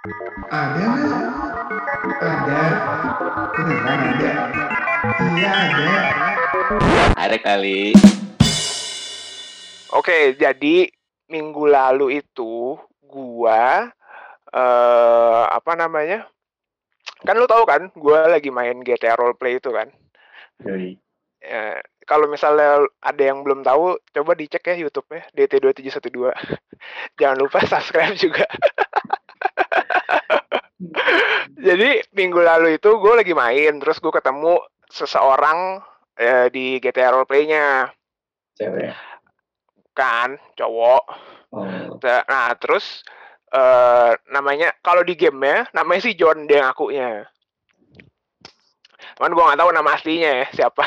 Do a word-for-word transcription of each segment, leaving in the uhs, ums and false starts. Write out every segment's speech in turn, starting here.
Ada nggak? Ada. Beneran ada? Iya ada. Ada kali. Oke, jadi minggu lalu itu gua eh apa namanya? Kan lu tahu kan, gua lagi main G T A Roleplay itu kan. Yoi. Ya, kalau misalnya ada yang belum tahu, coba dicek ya YouTube-nya D T dua tujuh satu dua. Jangan lupa subscribe juga. Jadi minggu lalu itu gue lagi main, terus gue ketemu seseorang eh, di G T A Roleplay-nya. Cewek. Kan, cowok. Oh. Nah, terus eh, namanya, kalau di game-nya, namanya si John dia ngakunya. Cuman gue gak tahu nama aslinya ya, siapa.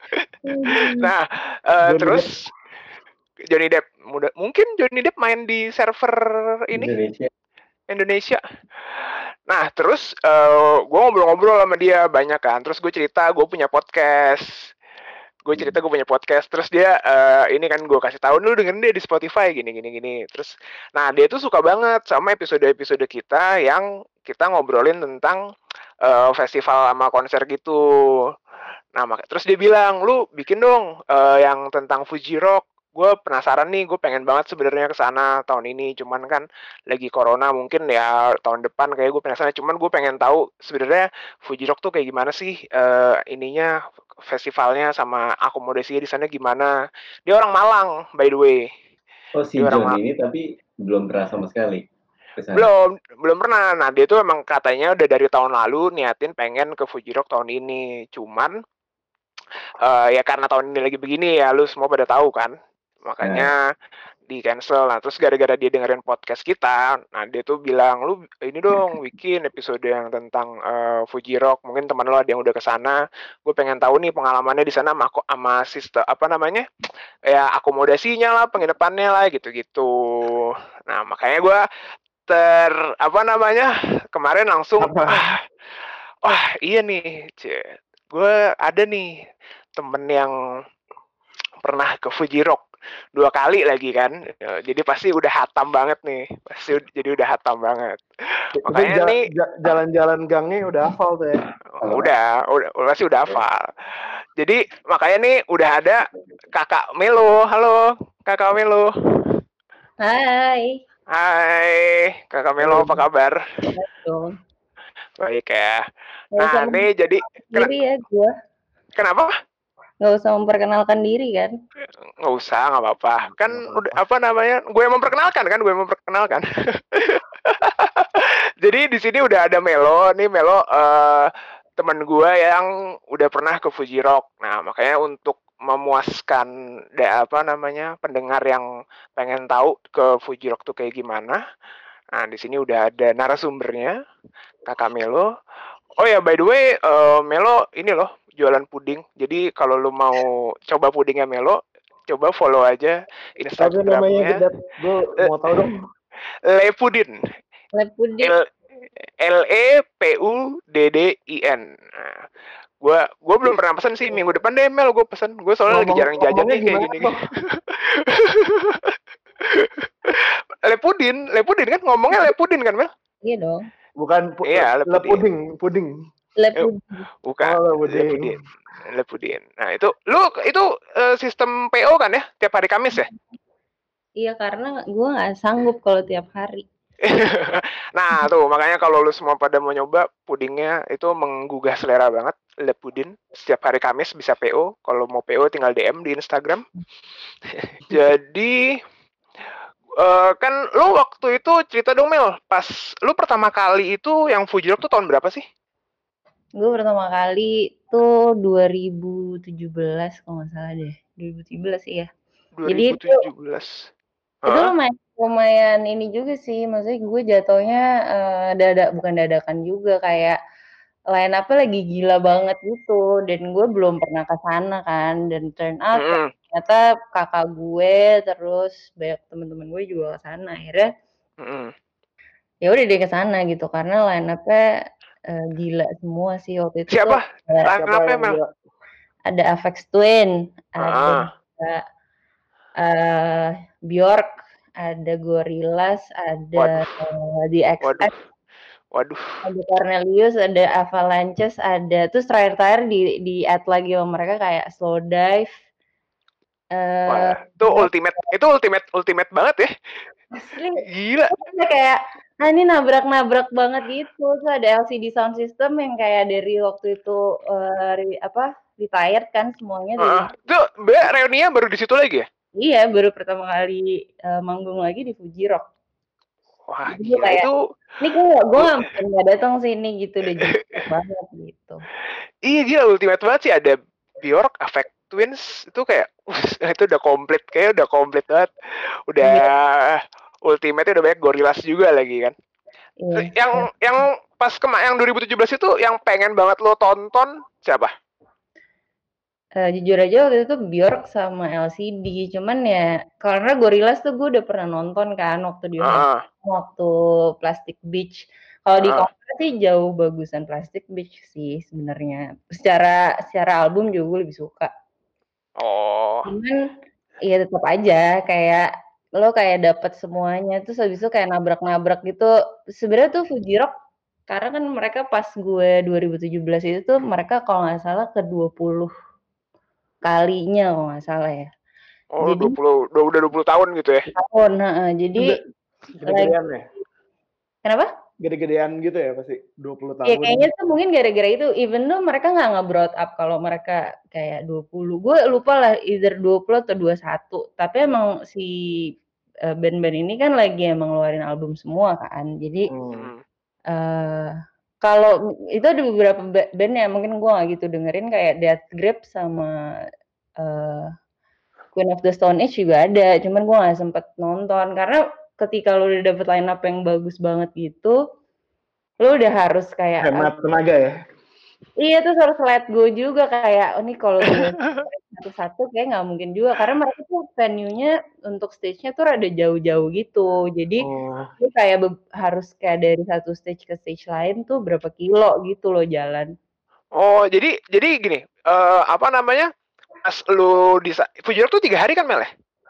Nah, eh, Johnny terus Johnny Depp. Muda- Mungkin Johnny Depp main di server ini, Indonesia. Indonesia. Nah, terus uh, gue ngobrol-ngobrol sama dia banyak kan. Terus gue cerita gue punya podcast. Gue cerita gue punya podcast. Terus dia uh, ini kan gue kasih tahu lu dengerin dia di Spotify gini gini gini. Terus nah, dia tuh suka banget sama episode-episode kita yang kita ngobrolin tentang uh, festival sama konser gitu. Nah, mak- terus dia bilang, "Lu bikin dong uh, yang tentang Fuji Rock. Gue penasaran nih, gue pengen banget sebenarnya ke sana tahun ini, cuman kan lagi corona, mungkin ya tahun depan kayak gue penasaran. Cuman gue pengen tahu sebenarnya Fuji Rock tuh kayak gimana sih eh, ininya festivalnya sama akomodasinya di sana gimana." Dia orang Malang, by the way. Oh, si Dia orang John Ma- ini tapi belum pernah sama sekali kesana. belum, belum pernah. Nah, dia tuh emang katanya udah dari tahun lalu niatin pengen ke Fuji Rock tahun ini. Cuman eh, ya karena tahun ini lagi begini ya, lu semua pada tahu kan. Makanya di cancel. Nah, terus gara-gara dia dengerin podcast kita, nah dia tuh bilang, "Lu ini dong bikin episode yang tentang eh, Fuji Rock. Mungkin teman lo ada yang udah ke sana. Gue pengen tahu nih pengalamannya di sana sama, sama sistem apa namanya? Ya akomodasinya lah, penginapannya lah gitu-gitu." Nah, makanya gue ter apa namanya? Kemarin langsung Apa? wah, wah iya nih, gue ada nih temen yang pernah ke Fuji Rock dua kali lagi kan. Ya, jadi pasti udah hatam banget nih, pasti ud- jadi udah hatam banget. Itu Makanya ja- nih ja- jalan-jalan gangnya udah hafal tuh ya. udah udah udah pasti udah hafal. Jadi makanya nih udah ada kakak Melo. Halo kakak Melo. Hai. Hai kakak Melo, apa kabar? Baik dong. Baik ya. Nggak usah Nah nih jadi memperkenalkan diri ya gue. kenapa? Nggak usah memperkenalkan diri kan. Nggak usah, nggak apa-apa. Kan Nggak apa-apa. udah apa namanya? Gue yang memperkenalkan kan, gue yang memperkenalkan. Jadi di sini udah ada Melo nih, Melo eh teman gue yang udah pernah ke Fuji Rock. Nah, makanya untuk memuaskan da, apa namanya pendengar yang pengen tahu ke Fuji Rock tuh kayak gimana. Nah, di sini udah ada narasumbernya, Kakak Melo. Oh ya, by the way, eh, Melo ini loh jualan puding. Jadi kalau lu mau coba pudingnya Melo, coba follow aja Tapi namanya Instagramnya gede, gue mau tahu dong. Lepudin. Lab puding. L L E P U D D I N. Nah, gua gua belum pernah pesan sih, minggu depan deh Mel gue pesan. Gue soalnya lagi Ngomong- jarang jajan ngomongnya nih kayak gimana gini. tuh? Lepudin, Lepudin kan ngomongnya Lepudin kan Mel? Iya dong. Bukan pu- Iya, le lepudin. puding, puding. Lab Eh, puding. Bukan. Oh, lepuding. Lepudin. Lepudin. Nah, itu lu itu eh, sistem P O kan ya? Tiap hari Kamis ya? Iya karena gue nggak sanggup kalau tiap hari. Nah, tuh makanya kalau lu semua pada mau nyoba pudingnya itu menggugah selera banget. Lepudin setiap hari Kamis bisa P O. Kalau mau P O tinggal D M di Instagram. Jadi eh, kan lu waktu itu cerita dong Mel, pas lu pertama kali itu yang Fuji Rock tuh tahun berapa sih? Gue pertama kali tuh dua ribu tujuh belas kalau nggak salah deh. dua ribu tujuh belas iya. Jadi dua ribu tujuh belas. Itu Hah? lumayan lumayan ini juga sih, maksudnya gue jatuhnya eh, dada bukan dadakan juga kayak line up-nya lagi gila banget gitu dan gue belum pernah ke sana kan dan turn out Mm-mm. ternyata kakak gue terus banyak temen-temen gue juga ke sana akhirnya Mm-mm. ya udah deh ke sana gitu karena line up-nya eh, gila semua sih waktu itu Siapa? tuh ada, Line up-nya Mel? gila? ada Aphex Twin, ada Ah. eh Bjork, ada Gorillaz, ada Waduh. eh, The X X, Waduh. Waduh. Ada Cornelius, ada Avalanches, ada terus terakhir-terakhir di di add lagi sama mereka kayak Slowdive. Eh, Wah, itu ultimate, itu ultimate, ultimate banget ya. asli. Gila. Terus kayak, ah ini nabrak-nabrak banget gitu. Terus ada L C D sound system yang kayak dari waktu itu eh, ri- apa retired kan semuanya dari. Heeh. Itu Mbak reuninya baru di situ lagi ya? Iya, baru pertama kali eh, manggung lagi di Fuji Rock. Wah, Jadi gue gila kayak, itu. ini gue gue nggak mungkin nggak datang sini gitu, udah jelas banget gitu. Iya gila ultimate banget sih, ada Bjork, Aphex Twins itu kayak itu udah komplit, kayak udah komplit banget. Udah ultimate udah banyak Gorillaz juga lagi kan. Iya. Yang yang pas kema yang dua ribu tujuh belas itu yang pengen banget lo tonton siapa? Eh, jujur aja waktu itu Bjork sama L C D, cuman ya karena Gorillaz tuh gue udah pernah nonton kan waktu di Heeh. waktu Plastic Beach. Kalau di Heeh. konser sih jauh bagusan Plastic Beach sih sebenarnya. Secara secara album juga gue lebih suka. Oh. Cuman ya tetap aja kayak lo kayak dapet semuanya terus habis itu kayak nabrak-nabrak gitu. Sebenarnya tuh Fuji Rock karena kan mereka pas gue dua ribu tujuh belas itu tuh mereka kalau nggak salah ke dua puluh kalinya kalau nggak salah ya. Oh, Jadi dua puluh udah udah dua puluh tahun gitu ya. tahun, heeh. Jadi Gede-gedean ya? kenapa? Gede-gedean gitu ya pasti dua puluh Ya tahun. kayaknya tuh mungkin gara-gara itu even tuh mereka nggak nge-brought up kalau mereka kayak dua puluh. Gue lupa lah either dua puluh atau dua puluh satu. Tapi emang si uh, band-band ini kan lagi emang ngeluarin album semua kan. Jadi Hmm. uh, kalau itu ada beberapa ba- band yang mungkin gue nggak gitu dengerin kayak Death Grip sama uh, Queen of the Stone Age juga ada. Cuman gue nggak sempet nonton karena ketika lo udah dapet line up yang bagus banget gitu, lo udah harus kayak Hemat tenaga ya? iya tuh harus let go juga kayak oh nih kalau gue satu-satu kayak nggak mungkin juga karena mereka tuh venue-nya untuk stage-nya tuh rada jauh-jauh gitu. Jadi Oh, lu kayak be- harus kayak dari satu stage ke stage lain tuh berapa kilo gitu loh jalan. Oh, jadi jadi gini, eh apa namanya? Pas lu di sa- Fuji Rock tuh tiga hari kan Mel ya?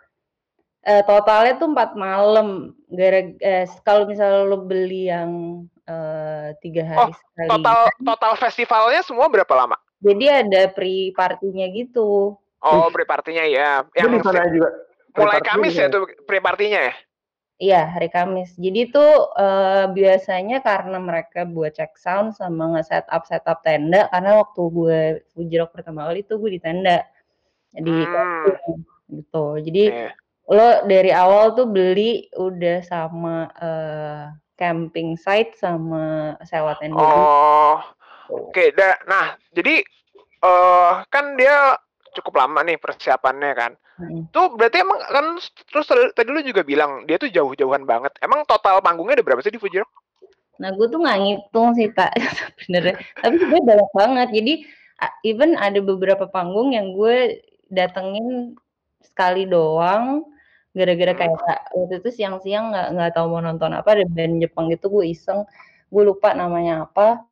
Eh, totalnya tuh empat malam. Gara eh, kalau misalnya lo beli yang eh, tiga Oh, hari sekali. total total festivalnya semua berapa lama? Jadi ada pre-partinya gitu. Oh, pre-partinya ya. itu di Yang sana si- juga. mulai Pre-party Kamis di ya sana. tuh pre-partinya ya? Iya, hari Kamis. Jadi tuh eh, biasanya karena mereka buat check sound sama nge-setup setup tenda karena waktu gue Fuji Rock pertama kali tuh gue di tenda di Hmm. camping gitu. Jadi Iya. lo dari awal tuh beli udah sama eh, camping site sama sewa tenda juga. Oh, oke. Da- Nah, jadi eh kan dia cukup lama nih persiapannya kan. Mm. Tuh berarti emang kan terus tadi tadi lu juga bilang dia tuh jauh-jauhan banget. Emang total panggungnya ada berapa sih di Fuji Rock? Nah, gue tuh nggak ngitung sih, tak sebenarnya. Tapi gue banyak banget. Jadi a- even ada beberapa panggung yang gue datengin sekali doang, gara-gara Hmm. kayak waktu itu siang-siang nggak nggak tahu mau nonton apa, ada band Jepang gitu, gue iseng, gue lupa namanya apa.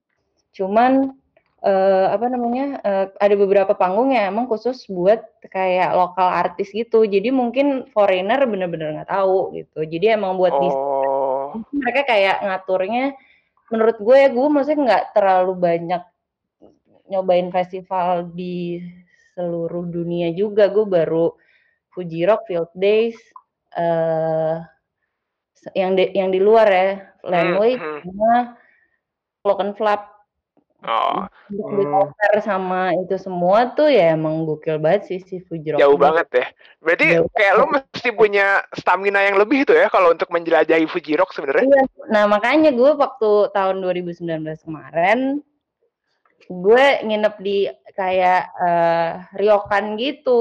Cuman eh, apa namanya eh, ada beberapa panggung yang emang khusus buat kayak lokal artis gitu. Jadi mungkin foreigner bener-bener nggak tahu gitu. Jadi emang buat di Oh. mereka kayak ngaturnya menurut gue ya gue maksudnya nggak terlalu banyak nyobain festival di seluruh dunia juga. Gue baru Fuji Rock, Field Days, eh yang di, yang di luar ya, Landway Hmm. sama Clockenflap. Oh, Untuk di Hmm. konser sama itu semua tuh ya emang gokil banget sih si Fuji Rock. jauh ini. banget ya. Berarti Jauh kayak lu mesti punya stamina yang lebih tuh ya kalau untuk menjelajahi Fuji Rock sebenarnya. Iya, nah makanya gue waktu tahun dua ribu sembilan belas kemarin gue nginep di kayak eh, ryokan gitu,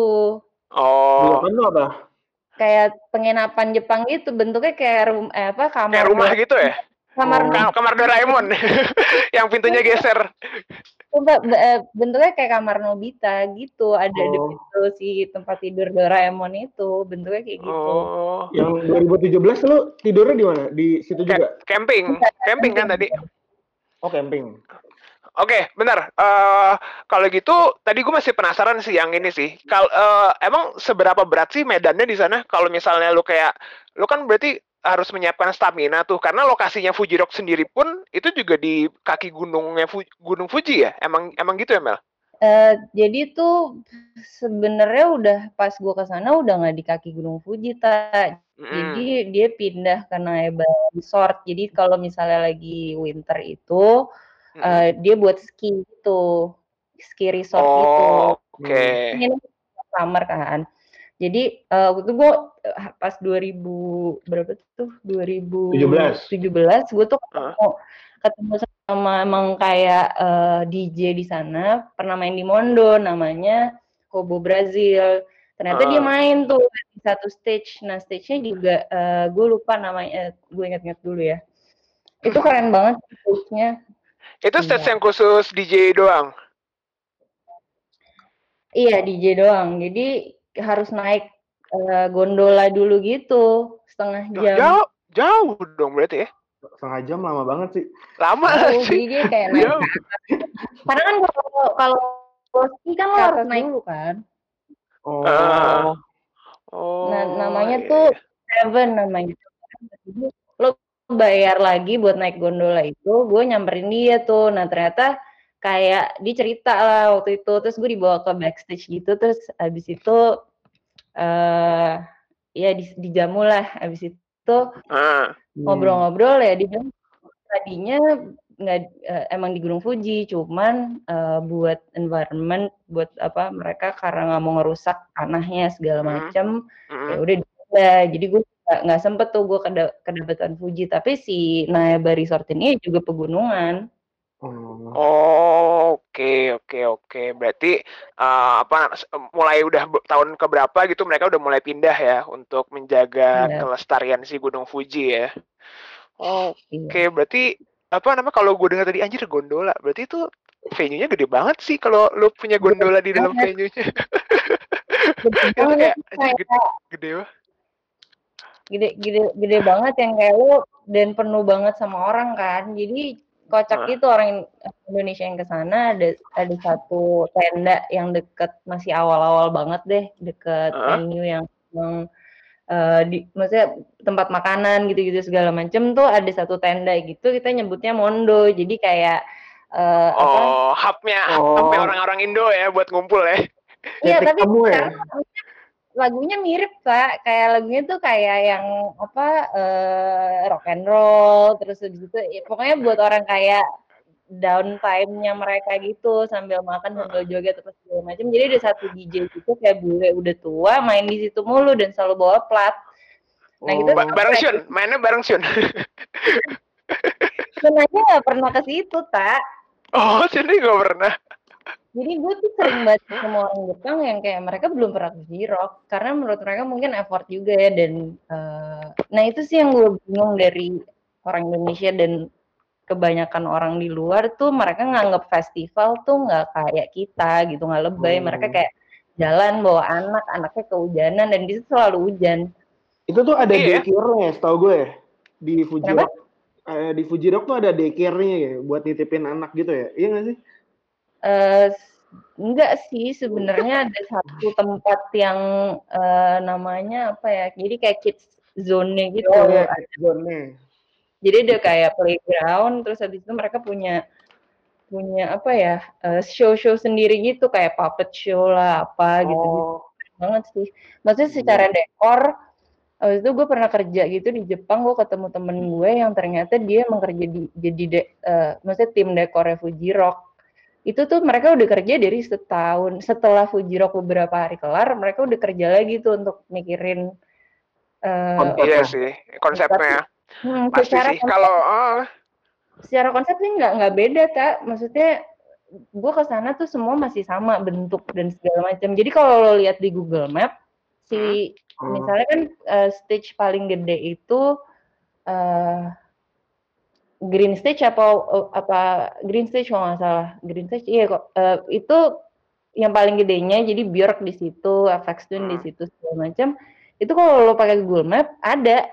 Oh, Ryokan tuh apa? kayak penginapan Jepang gitu, bentuknya kayak rum, eh, apa kamar kayak rumah Dora- gitu ya? kamar Ka- kamar Doraemon yang pintunya geser. Coba, be- eh, bentuknya kayak kamar Nobita gitu, ada di Oh. situ si tempat tidur Doraemon itu bentuknya kayak gitu. Oh, Yang dua ribu tujuh belas lu tidurnya di mana? Di situ Ca- juga? camping, camping kan tadi. Oh, camping. Oke, benar. Eh kalau gitu, tadi gue masih penasaran sih yang ini sih. Kalau eh, emang seberapa berat sih medannya di sana? Kalau misalnya lu kayak, lu kan berarti harus menyiapkan stamina tuh karena lokasinya Fuji Rock sendiri pun itu juga di kaki gunungnya Fu- Gunung Fuji ya. Emang emang gitu ya Mel? Eh, jadi tuh sebenarnya udah pas gue kesana udah nggak di kaki Gunung Fuji, tak. Mm-mm. Jadi dia pindah ke Naeba Resort. Jadi kalau misalnya lagi winter itu Mm-mm. eh, dia buat ski gitu, ski resort gitu. Oh, oke. Ini summer kan. Jadi eh, waktu itu gue pas dua ribu berapa tuh dua ribu tujuh belas. tujuh belas gue tuh Hah? ketemu ketemu sama emang kayak eh, D J di sana, pernah main di Mondo, namanya Hobo Brazil. Ternyata dia Ah. main tuh di satu stage. Nah stage-nya juga eh, gue lupa namanya, eh, gue ingat-ingat dulu ya. Itu keren banget stage-nya. Itu stage Iya. yang khusus D J doang. Iya D J doang. Jadi harus naik eh, gondola dulu gitu setengah Duh, jam. jauh, jauh dong berarti ya. Setengah jam lama banget sih. Lama Jauh, sih. jadi dia kayak naik Jauh. ke atas. Karena kan kalau kalau ski kan lo harus naik dulu kan. Oh. Ah. Oh. Nah namanya iya, tuh iya. Seven namanya. Jadi lo bayar lagi buat naik gondola itu, gue nyamperin dia tuh. Nah ternyata kayak dia cerita lah waktu itu, terus gue dibawa ke backstage gitu, terus abis itu eh ya di, dijamu lah, abis itu Ah. ngobrol-ngobrol ya dia bilang tadinya nggak eh, emang di Gunung Fuji, cuman eh, buat environment, buat apa mereka karena nggak mau ngerusak tanahnya segala Mm. macem, Mm. ya udah diubah. Jadi gue nggak nggak sempet tuh gue keda, kedapatan Fuji, tapi si Naeba Resort ini juga pegunungan. Oh. Oh, oke, oke, oke. Berarti uh, apa s- mulai udah be- tahun keberapa gitu mereka udah mulai pindah ya untuk menjaga Iya, kelestarian si Gunung Fuji ya. Oh, iya. oke, berarti apa nama kalau gue dengar tadi anjir gondola, berarti itu venue-nya gede banget sih kalau lu punya gondola di dalam Banget, venue-nya. gede Itu banget, kayak anjir kayak gede, gede banget. gede gede gede banget yang kayak lu dan penuh banget sama orang kan. Jadi kocak Hah? gitu orang Indonesia yang ke sana ada ada satu tenda yang deket masih awal-awal banget deh, deket Hah? venue yang yang eh, di maksudnya tempat makanan gitu-gitu segala macem tuh ada satu tenda gitu kita nyebutnya Mondo. Jadi kayak eh, apa? Oh, hubnya, hubnya Oh. orang-orang Indo ya buat ngumpul ya. Iya, Titik tapi temu ya. sekarang lagunya mirip Kak, kayak lagunya tuh kayak yang apa eh, rock and roll, terus habis itu ya, pokoknya buat orang kayak downtime-nya mereka gitu sambil makan sambil joget terus segala macam. Jadi ada satu D J gitu kayak bule udah tua main di situ mulu dan selalu bawa plat. Nah kita Oh. Ba- bareng Shun, mainnya bareng Shun. sebenarnya nggak pernah ke situ tak. Oh, sini gak pernah. Jadi gue tuh sering banget sama orang Jepang yang kayak mereka belum pernah ke J-Rock karena menurut mereka mungkin effort juga ya dan uh, nah itu sih yang gue bingung dari orang Indonesia dan kebanyakan orang di luar tuh mereka nganggap festival tuh nggak kayak kita gitu, nggak lebay. Hmm. Mereka kayak jalan bawa anak, anaknya kehujanan dan di situ selalu hujan. Itu tuh ada Iya. daycare-nya, setahu gue ya. Di Fuji Kenapa? Rock. Eh, di Fuji Rock tuh ada daycare-nya ya buat nitipin anak gitu ya. Iya nggak sih? Uh, enggak sih sebenarnya ada satu tempat yang uh, namanya apa ya? Jadi kayak kids zone-nya gitu. Oh iya, zone-nya. Jadi ada kayak playground, terus habis itu mereka punya punya apa ya uh, show-show sendiri gitu kayak puppet show lah apa gitu gitu Oh. banget sih. Maksudnya secara dekor, habis itu gue pernah kerja gitu di Jepang, gue ketemu temen gue yang ternyata dia emang kerja di jadi de, uh, maksudnya tim dekornya Fuji Rock. Itu tuh mereka udah kerja dari setahun setelah Fuji Rock beberapa hari kelar, mereka udah kerja lagi tuh untuk mikirin uh, Iya sih, konsepnya. Hmm, Pasti secara sih. konsep, Kalau oh, secara konsep sih nggak nggak beda Kak. Maksudnya gue kesana tuh semua masih sama bentuk dan segala macam. Jadi kalau lo lihat di Google Map, si Hmm. misalnya kan uh, stage paling gede itu uh, Green Stage apa uh, apa Green Stage kalau nggak salah. Green Stage iya kok. Uh, itu yang paling gedenya. Jadi Björk di situ, F X Twin di situ segala macam. Itu kalau lo pakai Google Map ada.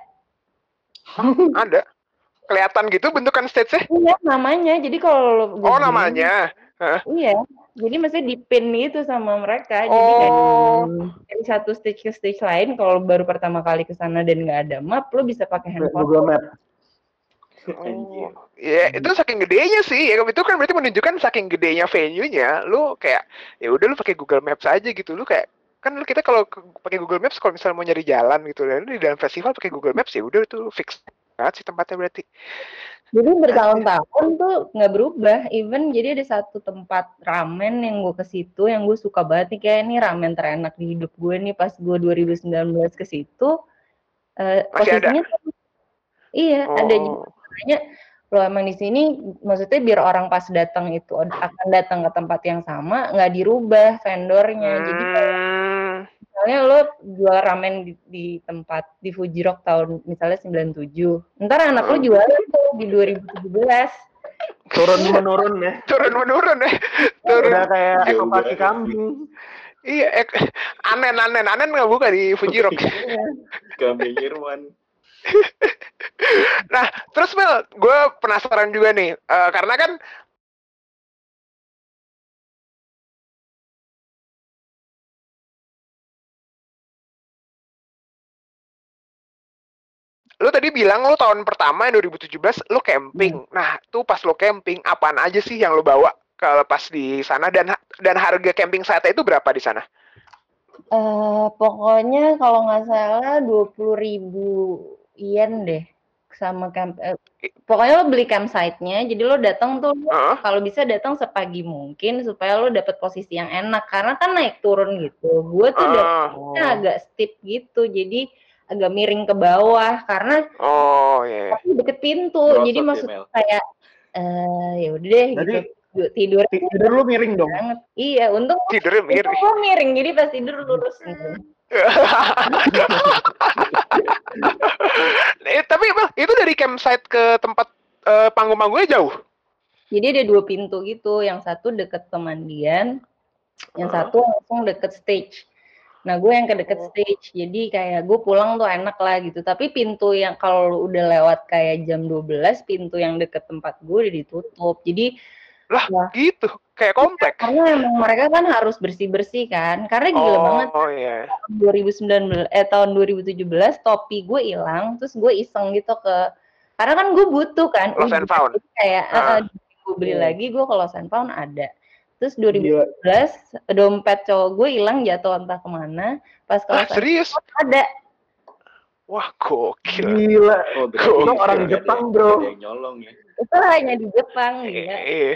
ada. Kelihatan gitu bentukan stage-nya? Iya namanya. Jadi kalau lo Oh namanya. Hah? iya. Jadi maksudnya di-pin gitu sama mereka. Jadi kayak Oh, dari satu stage ke stage lain, kalau baru pertama kali ke sana dan nggak ada map, lo bisa pakai handphone. Google Map. Anjir. oh, ya itu saking gedenya sih. Ya, itu kan berarti menunjukkan saking gedenya venue-nya. Lu kayak ya udah lu pakai Google Maps aja gitu. Lu kayak kan lu- kita kalau ke- pakai Google Maps kalau misalnya mau nyari jalan gitu, dan lu di dalam festival pakai Google Maps ya udah itu fix banget sih tempatnya berarti. Jadi Anjir. bertahun-tahun tuh nggak berubah. Even jadi ada satu tempat ramen yang gue ke situ, yang gue suka banget nih, kayak ini ramen terenak di hidup gue nih pas gue dua ribu sembilan belas ke situ. eh, Masih ada. posisinya tuh, iya ada juga Oh. namanya, lo emang di sini maksudnya biar orang pas datang itu akan datang ke tempat yang sama, nggak dirubah vendornya. Jadi Hmm. misalnya lo jual ramen di, di tempat di Fuji Rock tahun misalnya sembilan puluh tujuh, ntar anak lo Hmm. jualnya tuh di dua ribu tujuh belas. Turun menurun ya. Turun menurun ya. Turun. Udah kayak Jauh ekor kaki banget. kambing. Iya, ek- anen anen anen nggak buka di Fuji Rock. Kambing Irwan. Nah, terus Mel, gue penasaran juga nih, eh, karena kan lu tadi bilang lu tahun pertama dua ribu tujuh belas lu camping. Nah, tuh pas lu camping, apaan aja sih yang lu bawa kalau pas di sana, dan dan harga camping saat itu berapa di sana? Eh, pokoknya kalau nggak salah dua puluh ribu yen deh sama camp. eh, pokoknya lo beli campsite-nya, jadi lo datang tuh lo Heeh. kalau bisa datang sepagi mungkin supaya lo dapet posisi yang enak, karena kan naik turun gitu. Gue tuh Heeh. dapetnya agak steep gitu, jadi agak miring ke bawah karena Oh, iya. tapi deket pintu. Merosot Jadi ya, maksudnya Mel. kayak eh ya udah deh Jadi, gitu. Yuk, tidur Ti- Tidur lu miring dong. banget. Iya, untung Tidurnya untung miring. lo miring, jadi pas tidur lurus gitu. Eh, tapi Mel, itu dari campsite ke tempat eh, panggung-panggungnya jauh? Jadi ada dua pintu gitu, yang satu deket pemandian, yang Heeh. satu langsung deket stage. Nah, gue yang ke deket Oh. stage, jadi kayak gue pulang tuh enak lah gitu. Tapi pintu yang kalau lu udah lewat kayak jam dua belas, pintu yang deket tempat gue udah ditutup. Jadi Lah, wah, gitu. Kayak komplek. karena emang mereka kan harus bersih-bersih kan. Karena gila banget Oh, iya. tahun dua ribu sembilan belas eh tahun dua ribu tujuh belas topi gue hilang, terus gue iseng gitu ke, karena kan gue butuh kan Lost and ujian, found. jadi kayak eh, Ah. eh, gue beli Hmm. lagi, gue ke Lost and Found ada. Terus dua ribu Gila. tujuh belas dompet cowok gue hilang jatuh entah kemana, pas ke Ah, Lost and serius? Found ada. Wah, gokil. Gila. Oh, berarti Gokil. Itu orang nggak ada- Jepang, nggak bro. ada yang nyolong ya. Itu hanya di Jepang gila. Iya.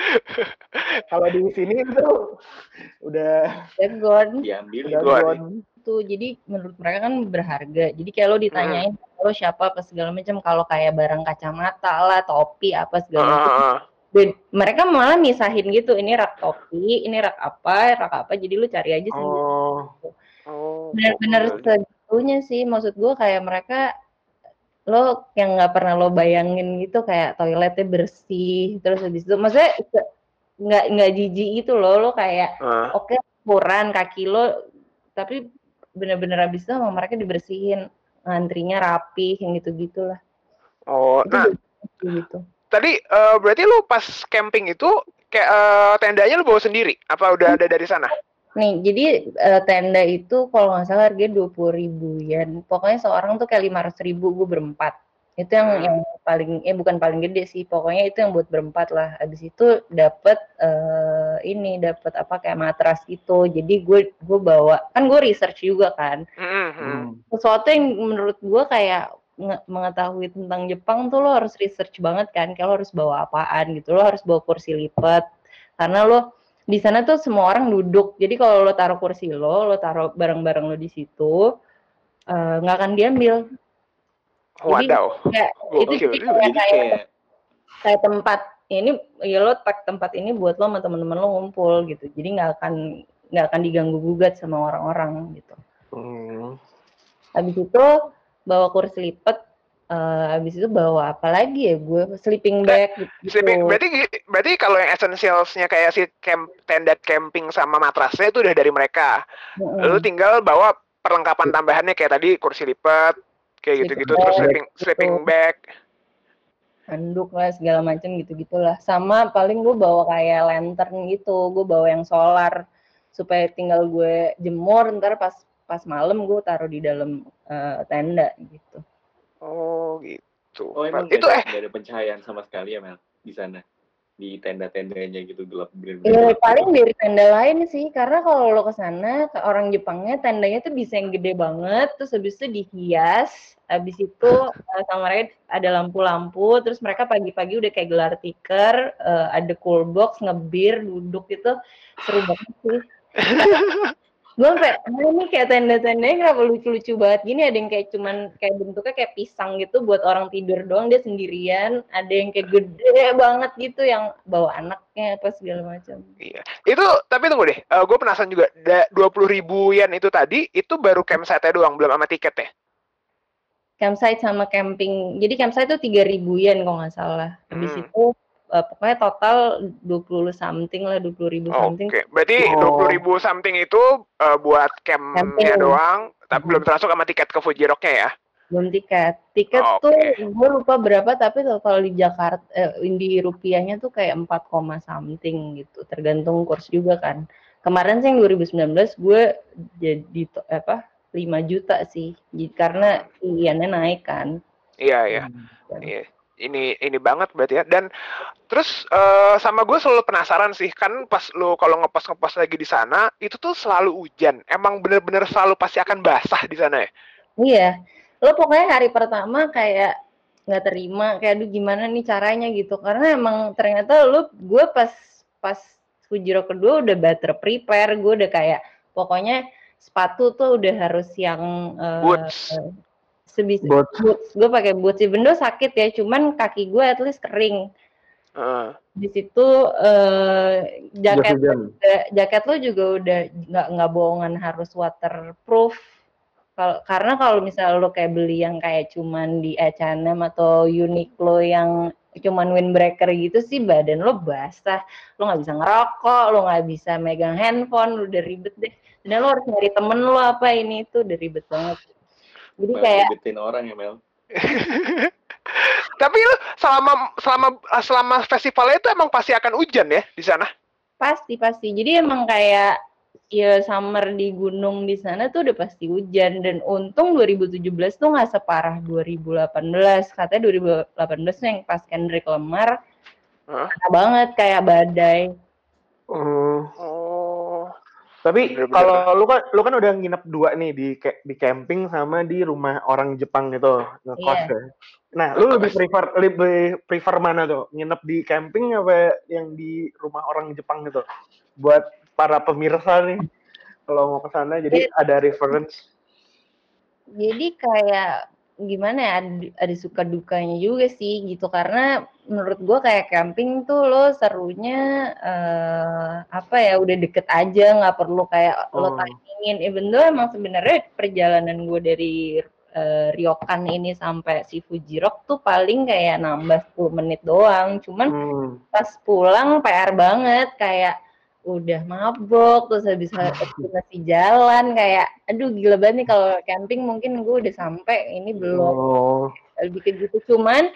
Kalau di sini itu udah Jagon Diambil udah Gua- gone. tuh, jadi menurut mereka kan berharga. Jadi kayak lo ditanyain lo siapa apa segala macam, kalau kayak barang kacamata lah, topi apa segala macam. Ah, Dan mereka malah misahin gitu, ini rak topi, ini rak apa, rak apa, jadi lu cari aja sendiri. Oh. oh, Bener-bener gokil. segitunya sih, maksud gue kayak mereka, lo yang nggak pernah lo bayangin gitu, kayak toiletnya bersih, terus habis itu, maksudnya se- nggak nggak jijik gitu loh, lo kayak Ah. oke ukuran kaki lo, tapi bener-bener habis itu sama mereka dibersihin, ngantrinya rapi, yang gitu-gitulah. Oh, Itu nah, bagus gitu. tadi eh, berarti lu pas camping itu kayak eh, tendanya lu bawa sendiri? Apa udah ada dari sana? Nih, jadi eh, tenda itu kalau nggak salah harganya dua puluh ribu yen. Pokoknya seorang tuh kayak lima ratus ribu, gue berempat. Itu yang Hmm. yang paling, eh bukan paling gede sih. Pokoknya itu yang buat berempat lah. Habis itu dapet eh, ini, dapet apa kayak matras gitu. Jadi gue gue bawa, kan gue research juga kan. Hmm, hmm. Hmm. Sesuatu yang menurut gue kayak nge- mengetahui tentang Jepang tuh lo harus research banget kan. Kayak lo harus bawa apaan gitu. Lo harus bawa kursi lipat. Karena lo di sana tuh semua orang duduk, jadi kalau lo taruh kursi lo, lo taruh barang-barang lo di situ, eh, nggak akan diambil. Jadi Wadaw. kayak itu Gokil jadi juga. kayak, Jadi kayak kayak kayak tempat ini, ya lo tag tempat ini buat lo sama temen-temen lo ngumpul gitu. Jadi nggak akan nggak akan diganggu gugat sama orang-orang gitu. Hmm. Habis itu bawa kursi lipat, eh, habis itu bawa apa lagi ya gue, sleeping bag gitu. Sleeping, berarti berarti kalau yang essentialsnya kayak si camp, tenda camping sama matrasnya itu udah dari mereka. Mm-mm. Lu tinggal bawa perlengkapan tambahannya kayak tadi kursi lipat, kayak Sleeping gitu-gitu, bag, terus sleeping gitu. sleeping bag. handuk lah segala macam gitu-gitulah. Sama paling gue bawa kayak lantern gitu, gue bawa yang solar supaya tinggal gue jemur ntar pas pas malam gue taruh di dalam uh, tenda gitu. Oh gitu. Oh emang itu gak ada, eh gak ada pencahayaan sama sekali ya Mel di sana, di tenda-tendanya gitu gelap bener-bener Ya gelap paling gitu. dari tenda lain sih, karena kalau lo kesana ke orang Jepangnya tendanya tuh bisa yang gede banget, terus habis itu dihias, habis itu uh, sama mereka ada lampu-lampu, terus mereka pagi-pagi udah kayak gelar tikar, uh, ada cool box, ngebir, duduk itu seru banget sih. Gue sampai, nah ini kayak tenda-tendanya kenapa lucu-lucu banget gini, ada yang kayak cuman kayak bentuknya kayak pisang gitu buat orang tidur doang, dia sendirian, ada yang kayak gede banget gitu yang bawa anaknya apa segala macam. Iya. Itu tapi tunggu deh, uh, gue penasaran juga, dua puluh ribu yen itu tadi itu baru campsite-nya doang, belum sama tiket ya? Campsite sama camping, jadi campsite itu tiga ribu yen kalau nggak salah, habis Hmm. itu uh, pokoknya total dua puluh something lah, dua puluh ribu something. Oke, berarti Oh. dua puluh ribu something itu uh, buat campnya Camping. doang, tapi Mhm. belum termasuk sama tiket ke Fuji Rock-nya ya? Belum tiket. Tiket Oke. tuh gue lupa berapa, tapi kalau di Jakarta eh, di rupiahnya tuh kayak empat, something gitu, tergantung kurs juga kan. Kemarin sih yang dua ribu sembilan belas gue jadi to- apa lima juta sih, Jadi, karena iannya naik kan. Iya, iya. Hmm. Iya. Ini ini banget berarti ya. Dan terus uh, sama gue selalu penasaran sih, kan pas lu kalau ngepost ngepost lagi di sana itu tuh selalu hujan. Emang bener-bener selalu pasti akan basah di sana ya? Iya, lo pokoknya hari pertama kayak nggak terima, kayak aduh gimana nih caranya gitu, karena emang ternyata lo, gue pas pas Fuji Rock kedua udah better prepare, gue udah kayak pokoknya sepatu tuh udah harus yang uh, Boots. sebisa Boots. boots, gue pakai boots, even though sakit ya, cuman kaki gue at least kering. Uh. Di situ uh, jaket Jas lo juga, jaket lo juga udah nggak nggak bohongan harus waterproof. Kalau karena kalau misalnya lo kayak beli yang kayak cuman di H and M atau Uniqlo yang cuman windbreaker gitu sih, badan lo basah, lo nggak bisa ngerokok, lo nggak bisa megang handphone, lo udah ribet deh. Dan lo harus nyari temen lo apa ini itu udah ribet banget. Jadi Mel kayak ribetin orang ya Mel. Tapi lu selama selama selama festivalnya itu emang pasti akan hujan ya di sana? Pasti pasti. Jadi emang kayak ya summer di gunung di sana tuh udah pasti hujan, dan untung dua ribu tujuh belas tuh nggak separah dua ribu delapan belas. Katanya dua ribu delapan belas tuh yang pas Kendrick Lamar Huh? parah banget kayak badai. Hmm. Oh. Tapi Bener-bener. kalau lu kan lu kan udah nginep dua nih di di camping sama di rumah orang Jepang gitu, ngekos Iya. ya. Nah, lu lebih prefer lebih prefer mana tuh? Nginep di camping apa yang di rumah orang Jepang gitu? Buat para pemirsa nih, kalau mau ke sana jadi Iya. ada reference. Jadi kayak gimana ya, ada, ada suka dukanya juga sih gitu, karena menurut gue kayak camping tuh lo serunya uh, apa ya, udah deket aja, nggak perlu kayak lo Oh. timingin. Even though emang sebenarnya perjalanan gue dari uh, Ryokan ini sampai si Fuji Rock tuh paling kayak nambah sepuluh menit doang, cuman Hmm. pas pulang P R banget, kayak udah mabok, terus habis masih jalan, kayak aduh gila banget nih, kalau camping mungkin gue udah sampai ini belum. Oh. Lebih ke gitu. Cuman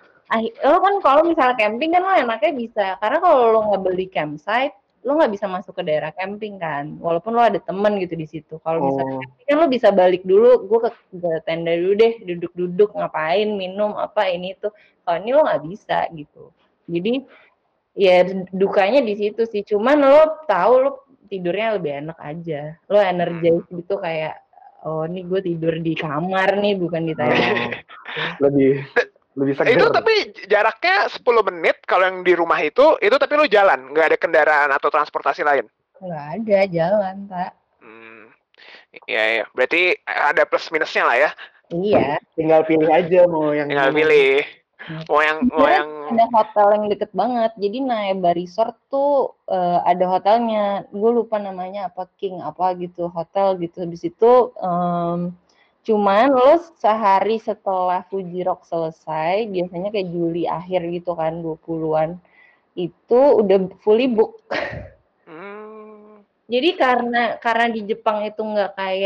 lo kan kalau misalnya camping kan lo enaknya bisa, karena kalau lo nggak beli campsite lo nggak bisa masuk ke daerah camping kan, walaupun lo ada temen gitu di situ. Kalau misalnya Oh. camping kan lo bisa balik dulu, gue ke, ke tenda dulu deh, duduk-duduk ngapain, minum apa ini tuh. Kalau ini lo nggak bisa gitu. Jadi ya dukanya di situ sih, cuman lo tahu lo tidurnya lebih enak aja, lo energis gitu, kayak oh ini gue tidur di kamar nih, bukan di tenda. Oh. lebih lebih seger. Itu tapi jaraknya sepuluh menit kalau yang di rumah itu, itu tapi lu jalan, nggak ada kendaraan atau transportasi lain? Nggak ada, jalan Pak. Hmm. Iya ya, berarti ada plus minusnya lah ya. Iya. Tinggal pilih aja mau yang Tinggal mana. pilih. Mau yang mau yang ada hotel yang deket banget, jadi Naeba Resort tuh uh, ada hotelnya, gue lupa namanya apa, King apa gitu, hotel gitu. Habis itu um, cuman lo sehari setelah Fuji Rock selesai, biasanya kayak Juli akhir gitu kan, dua puluhan, itu udah fully book. hmm. Jadi karena karena di Jepang itu nggak kayak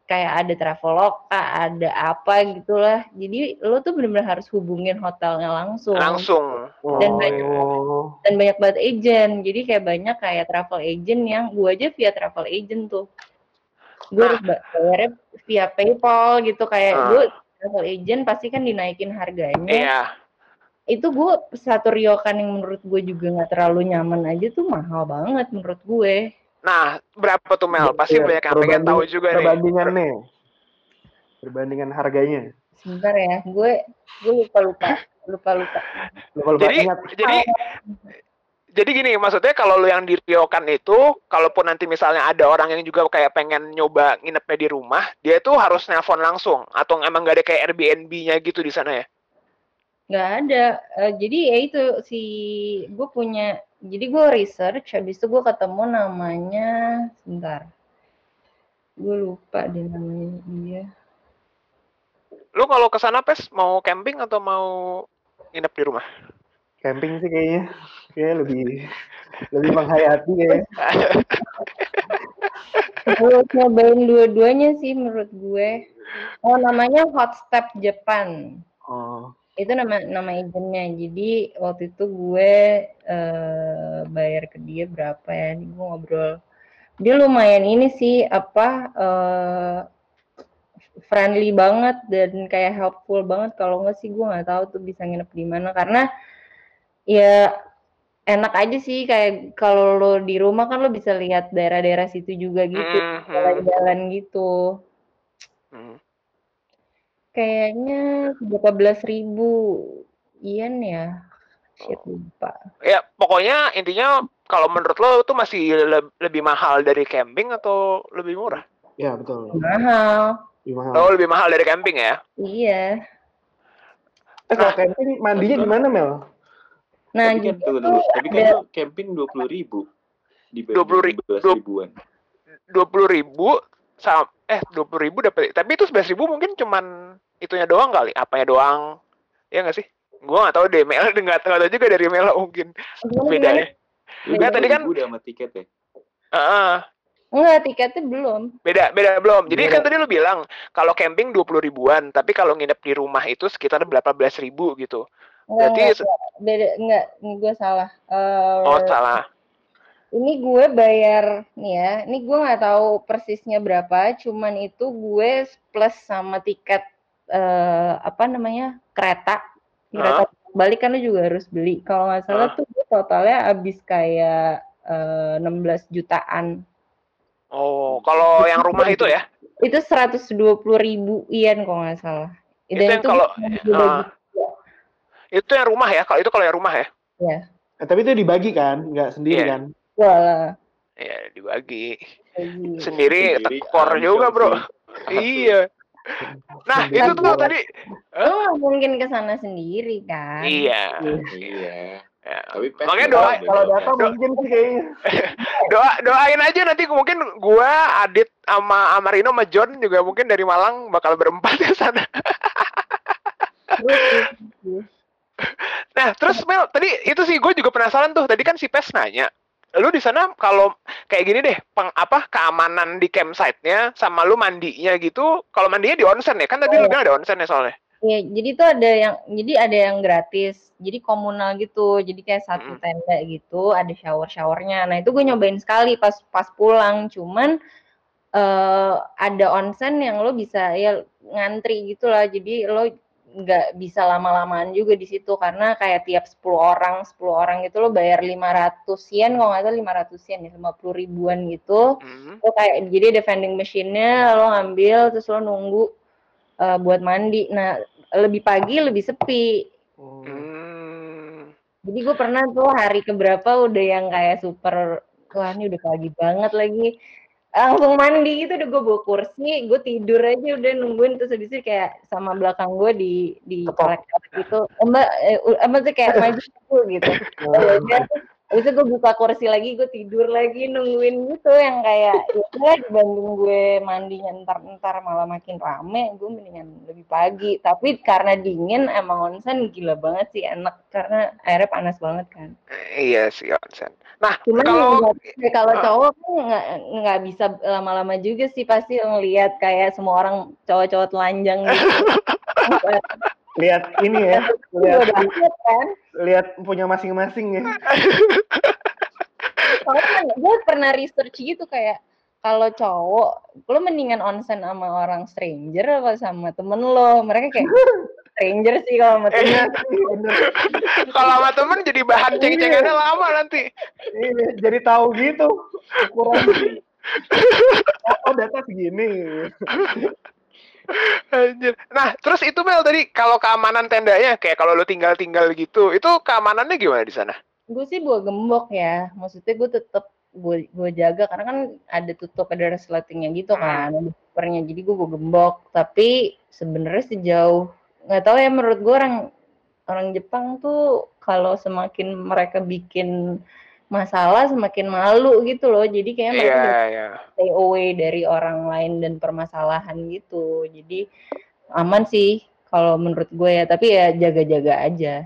kayak ada Traveloka, ada apa gitulah. Jadi lo tuh bener-bener harus hubungin hotelnya langsung. Langsung. Dan Oh, banyak dan banyak banget agent. Jadi kayak banyak kayak travel agent yang gue aja via travel agent tuh. Gue harus Nah, bayarnya via PayPal gitu kayak gue ah, travel agent pasti kan dinaikin harganya. iya. Itu gue satu ryokan yang menurut gue juga nggak terlalu nyaman aja tuh mahal banget menurut gue. Nah, berapa tuh Mel? Pasti Iya, banyak yang pengen perbanding, tahu juga nih. perbandingannya, perbandingan harganya. Sebentar ya, gue gue lupa lupa lupa lupa. Lupa lupa Jadi, ingat. jadi, jadi gini, maksudnya kalau lu yang di ryokan itu, kalaupun nanti misalnya ada orang yang juga kayak pengen nyoba nginepnya di rumah, dia tuh harus nelpon langsung, atau emang nggak ada kayak Airbnb-nya gitu di sana ya? Nggak ada. Eh, jadi ya itu si gue punya. Jadi gue research, habis itu gue ketemu namanya, sebentar. Gue lupa deh namanya dia. Lu kalau ke sana Pes mau camping atau mau nginep di rumah? Camping sih kayaknya, kayaknya lebih lebih menghayati kayaknya. Gue nyobain dua-duanya sih menurut gue. Oh namanya Hot Step Japan. Oh, Itu nama nama agentnya. Jadi waktu itu gue eh, bayar ke dia berapa ya? Gue ngobrol. Dia lumayan ini sih apa eh, friendly banget dan kayak helpful banget. Kalau nggak sih gue nggak tahu tuh bisa nginep di mana karena ya enak aja sih kayak kalau lo di rumah kan lo bisa lihat daerah-daerah situ juga gitu, Hmm, hmm, jalan-jalan gitu. hmm. Kayaknya berapa belas ribu yen ya, shit lupa. Ya, pokoknya intinya kalau menurut lo itu masih le- lebih mahal dari camping atau lebih murah? ya betul. Mahal, Lebih mahal. Oh, lebih mahal dari camping ya? iya. Eh kalau camping mandinya gimana Mel? Nah Tapi kan jadi tunggu tuh dulu. Tapi kan ada lu camping dua puluh ribu dua puluh dibanding ribu, belas ribuan. dua puluh ribu sama eh dua puluh ribu dapat. Tapi itu sebelas ribu mungkin cuman itunya doang kali, apanya doang. Ya nggak sih? Gua nggak tahu deh, Mel nggak tahu tahu juga dari Mel mungkin gimana, bedanya. Lu Nggak, tadi kan dua puluh ribu udah sama tiket ya? Heeh. enggak tiketnya belum. beda beda belum. Jadi Beda. kan tadi lu bilang kalau camping dua puluh ribuan, tapi kalau nginep di rumah itu sekitar delapan belas ribu gitu. Enggak, Berarti enggak, se- enggak, beda, enggak, gue salah. Eh, oh salah. Ini gue bayar nih ya, ini gue nggak tahu persisnya berapa, cuman itu gue plus sama tiket eh, apa namanya kereta, kereta balik kan lu juga harus beli. Kalau nggak salah Hah? tuh gue totalnya habis kayak eh, enam belas jutaan. Oh, kalau yang rumah itu ya? Itu seratus dua puluh ribu yen kalau nggak salah. Itu Dan yang itu kalau gue eh, bagi itu yang rumah ya? Kalau itu kalau yang rumah ya? ya. Eh, tapi itu dibagi kan, nggak sendiri Iya. kan? Walah. Ya dibagi. Bagi. Sendiri Sendiri tekor ancam juga, Bro. sih. Asli. Iya. Nah, Sendiri itu tuh buat- tadi. Hah? Lo nggak mungkin ke sana sendiri kan? Iya. Iya. Ya. Tapi pes Makanya udah doa ada Kalau dong, data Pes. mungkin sih kayaknya. doa doain aja nanti mungkin gua, Adit sama Amarino sama John juga mungkin dari Malang bakal berempat ke sana. Nah, terus Mel, tadi itu sih gue juga penasaran tuh. Tadi kan si Pes nanya, lu di sana kalau kayak gini deh, peng, apa keamanan di campsite-nya sama lu mandinya gitu. Kalau mandinya di onsen ya? Kan tadi lu bilang ada onsen ya soalnya. Ya, jadi tuh ada yang jadi ada yang gratis. Jadi komunal gitu. Jadi kayak satu Mm-mm. tenda gitu, ada shower-showernya. Nah, itu gue nyobain sekali pas pas pulang. Cuman eh ada onsen yang lo bisa ya ngantri gitulah. Jadi lo nggak bisa lama-lamaan juga di situ karena kayak tiap sepuluh orang, sepuluh orang gitu lo bayar lima ratus yen, kalau nggak salah lima ratus yen ya, lima puluh ribuan gitu. Mm. Lo kayak jadi ada vending machine-nya, lo ngambil terus lo nunggu eh, buat mandi. Nah, lebih pagi lebih sepi. Hmm. Jadi gue pernah tuh hari keberapa udah yang kayak super, wah ini udah pagi banget lagi. Langsung mandi gitu, udah gue bawa kursi, gue tidur aja udah nungguin. Terus habis itu kayak sama belakang gue di di colek-colek gitu. "Oh, Mbak, eh, u- apa sih kayak maju gitu gitu. Ya udah, habis itu gue buka kursi lagi, gue tidur lagi nungguin gitu yang kayak ya udah, dibanding gue mandinya ntar-ntar malah makin rame, gue mendingan lebih pagi. Tapi karena dingin emang onsen gila banget sih, enak karena airnya panas banget kan. Iya sih onsen. Nah, Cuman kalau nggak ya kalau uh, cowok kan nggak nggak bisa lama-lama juga sih pasti ngelihat kayak semua orang cowok-cowok telanjang gitu. Lihat ini ya, lihat Bodo amat kan. lihat punya masing-masing ya. Soalnya gue pernah research gitu kayak kalau cowok lo mendingan onsen sama orang stranger apa sama temen lo, mereka kayak stranger sih kalau sama temen. Iya sih, bener. kalau sama temen jadi bahan ceng-cengannya lama nanti. Iya, jadi tahu gitu ukuran. Oh, oh, data segini. Anjir. Nah, terus itu Mel tadi kalau keamanan tendanya kayak kalau lu tinggal-tinggal gitu, itu keamanannya gimana di sana? Gue sih bawa gembok ya, maksudnya gue tetep gue gue jaga karena kan ada tutup ada resletingnya gitu kan, ada zippernya, jadi gue bawa gembok. Tapi sebenarnya sejauh nggak tahu ya, menurut gue orang orang Jepang tuh kalau semakin mereka bikin masalah semakin malu gitu loh, jadi kayak mereka Iya, udah iya. stay away dari orang lain dan permasalahan gitu. Jadi aman sih kalau menurut gue ya, tapi ya jaga-jaga aja.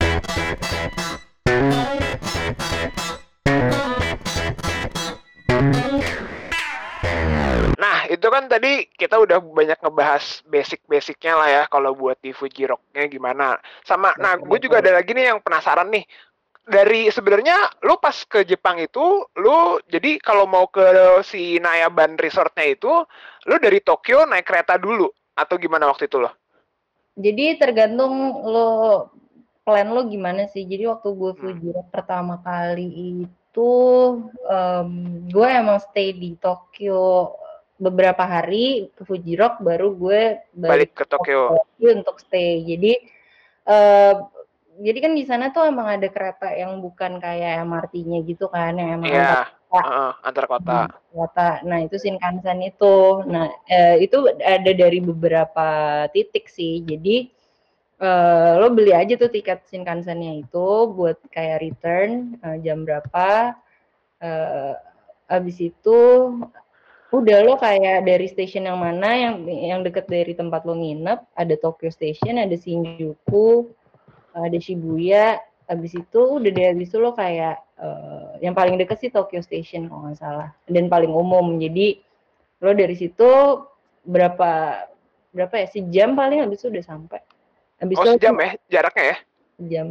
Nah, itu kan tadi kita udah banyak ngebahas basic-basicnya lah ya kalau buat di Fuji Rock-nya gimana. Sama, nah gue juga ada lagi nih yang penasaran nih. Dari sebenarnya lu pas ke Jepang itu, lu jadi kalau mau ke si Nayaban Resort-nya itu, lu dari Tokyo naik kereta dulu atau gimana waktu itu lo? Jadi tergantung lo plan lo gimana sih. Jadi waktu gue Hmm. Fuji Rock pertama kali itu um, gue emang stay di Tokyo beberapa hari, ke Fuji Rock baru gue Balik balik ke ke Tokyo. Tokyo untuk stay. Jadi uh, jadi kan di sana tuh emang ada kereta yang bukan kayak M R T-nya gitu kan, yang emang antar Iya, kota. uh, antar kota. Kota. Nah, itu Shinkansen itu. Nah, eh, itu ada dari beberapa titik sih. Jadi eh, lo beli aja tuh tiket Shinkansennya itu buat kayak return eh, jam berapa. Eh, abis itu udah lo kayak dari stasiun yang mana yang yang deket dari tempat lo nginep, ada Tokyo Station, ada Shinjuku, ada Shibuya. Abis itu udah deh, abis itu lo kayak uh, yang paling deket sih Tokyo Station kalau nggak salah, dan paling umum. Jadi lo dari situ berapa berapa ya, sejam paling, abis itu udah sampai. Abis Oh, itu sejam ya jaraknya ya? sejam.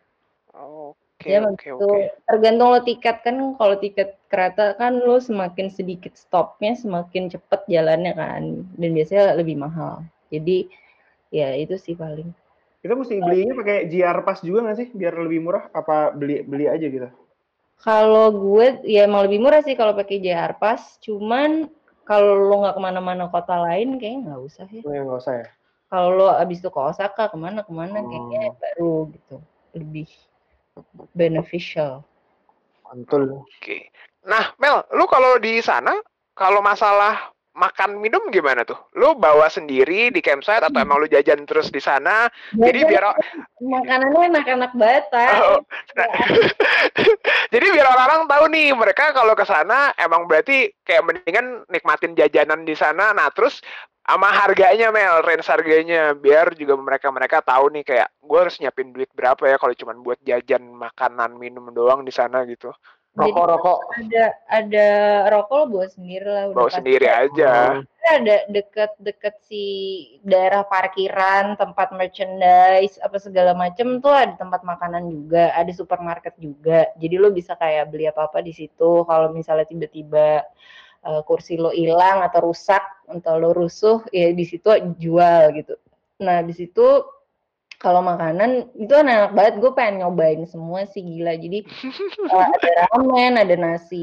Oke, Jam oke, itu oke. tergantung lo tiket kan. Kalau tiket kereta kan lo semakin sedikit stopnya semakin cepet jalannya kan, dan biasanya lebih mahal. Jadi ya itu sih paling. Kita mesti belinya pakai J R Pass juga nggak sih biar lebih murah? Apa beli beli aja gitu? Kalau gue ya emang lebih murah sih kalau pakai J R Pass. Cuman kalau lo nggak kemana-mana kota lain kayaknya nggak usah ya. Oh, ya nggak usah ya. Kalau lo abis itu ke Osaka kemana-kemana kayaknya Oh, baru gitu lebih beneficial. mantul. Oke. Nah, Mel, lu kalau di sana, kalau masalah makan minum gimana tuh? Lu bawa sendiri di campsite atau emang lu jajan terus di sana? Jadi Jajan biar makanannya enak-enak banget, Oh, eh. nah, jadi biar orang-orang tahu nih, mereka kalau ke sana emang berarti kayak mendingan nikmatin jajanan di sana. Nah, terus sama harganya Mel, range harganya biar juga mereka-mereka tahu nih kayak gue harus nyiapin duit berapa ya kalau cuma buat jajan makanan minum doang di sana gitu. Rokok-rokok. Ada ada rokok lo bawa sendiri lah, udah Bawa pasti. sendiri aja. Oh. Ada deket-deket si daerah parkiran, tempat merchandise, apa segala macem tuh ada tempat makanan juga, ada supermarket juga. Jadi lo bisa kayak beli apa-apa di situ. Kalau misalnya tiba-tiba uh, kursi lo hilang atau rusak, atau lo rusuh, ya di situ jual gitu. Nah, di situ kalau makanan itu enak banget, gue pengen nyobain semua sih, gila. Jadi uh, ada ramen, ada nasi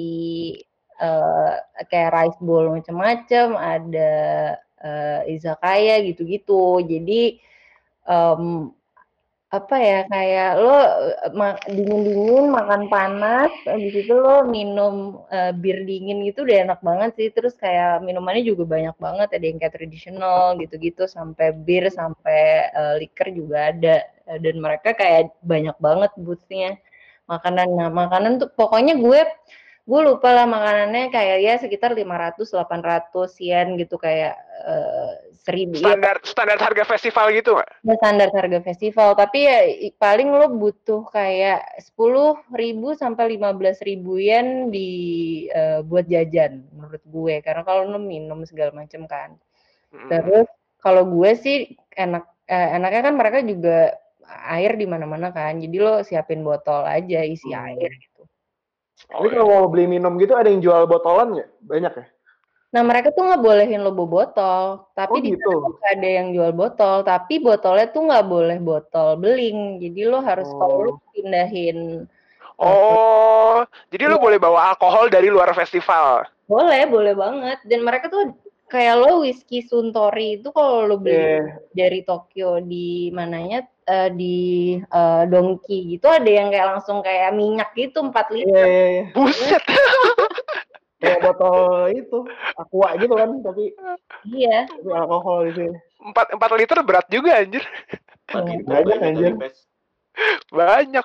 uh, kayak rice bowl macam-macam, ada uh, izakaya gitu-gitu. Jadi um, apa ya, kayak lo ma- dingin-dingin makan panas, habis itu lo minum uh, bir dingin gitu udah enak banget sih. Terus kayak minumannya juga banyak banget, ada yang kayak tradisional gitu-gitu, sampai bir, sampai uh, liquor juga ada. Dan mereka kayak banyak banget boothnya makanan. Nah, makanan tuh pokoknya gue gue lupa lah makanannya, kayak ya sekitar lima ratus delapan ratus yen gitu, kayak uh, seribu ya Standar standar harga festival gitu nggak? ya standar harga festival, tapi ya i- paling lo butuh kayak sepuluh ribu sampai lima belas ribu yen di eh, buat jajan menurut gue, karena kalau lo minum segala macam kan. Mm. Terus kalau gue sih enak eh, enaknya kan mereka juga air di mana-mana kan, jadi lo siapin botol aja isi Hmm. air gitu. Oh, Tapi kalau iya. mau beli minum gitu ada yang jual botolan nggak? Banyak ya? Nah mereka tuh nggak bolehin lo bawa botol, tapi Oh di sana gitu. tuh nggak ada yang jual botol, tapi botolnya tuh nggak boleh botol beling, jadi lo harus kalau lo Oh. pindahin eh, Oh, jadi lu iya, boleh bawa alkohol dari luar festival. boleh boleh banget, dan mereka tuh kayak lo whisky Suntory itu kalau lo beli Eh, dari Tokyo di mananya eh, di eh, Donki gitu ada yang kayak langsung kayak minyak gitu empat iya, liter. iya, iya. Buset. Kayak botol itu, aqua gitu kan, tapi Iya, tapi alkohol di sini. empat empat liter berat juga anjir. empat iya. liter Banyak, banyak anjir. kali, Pes. Banyak.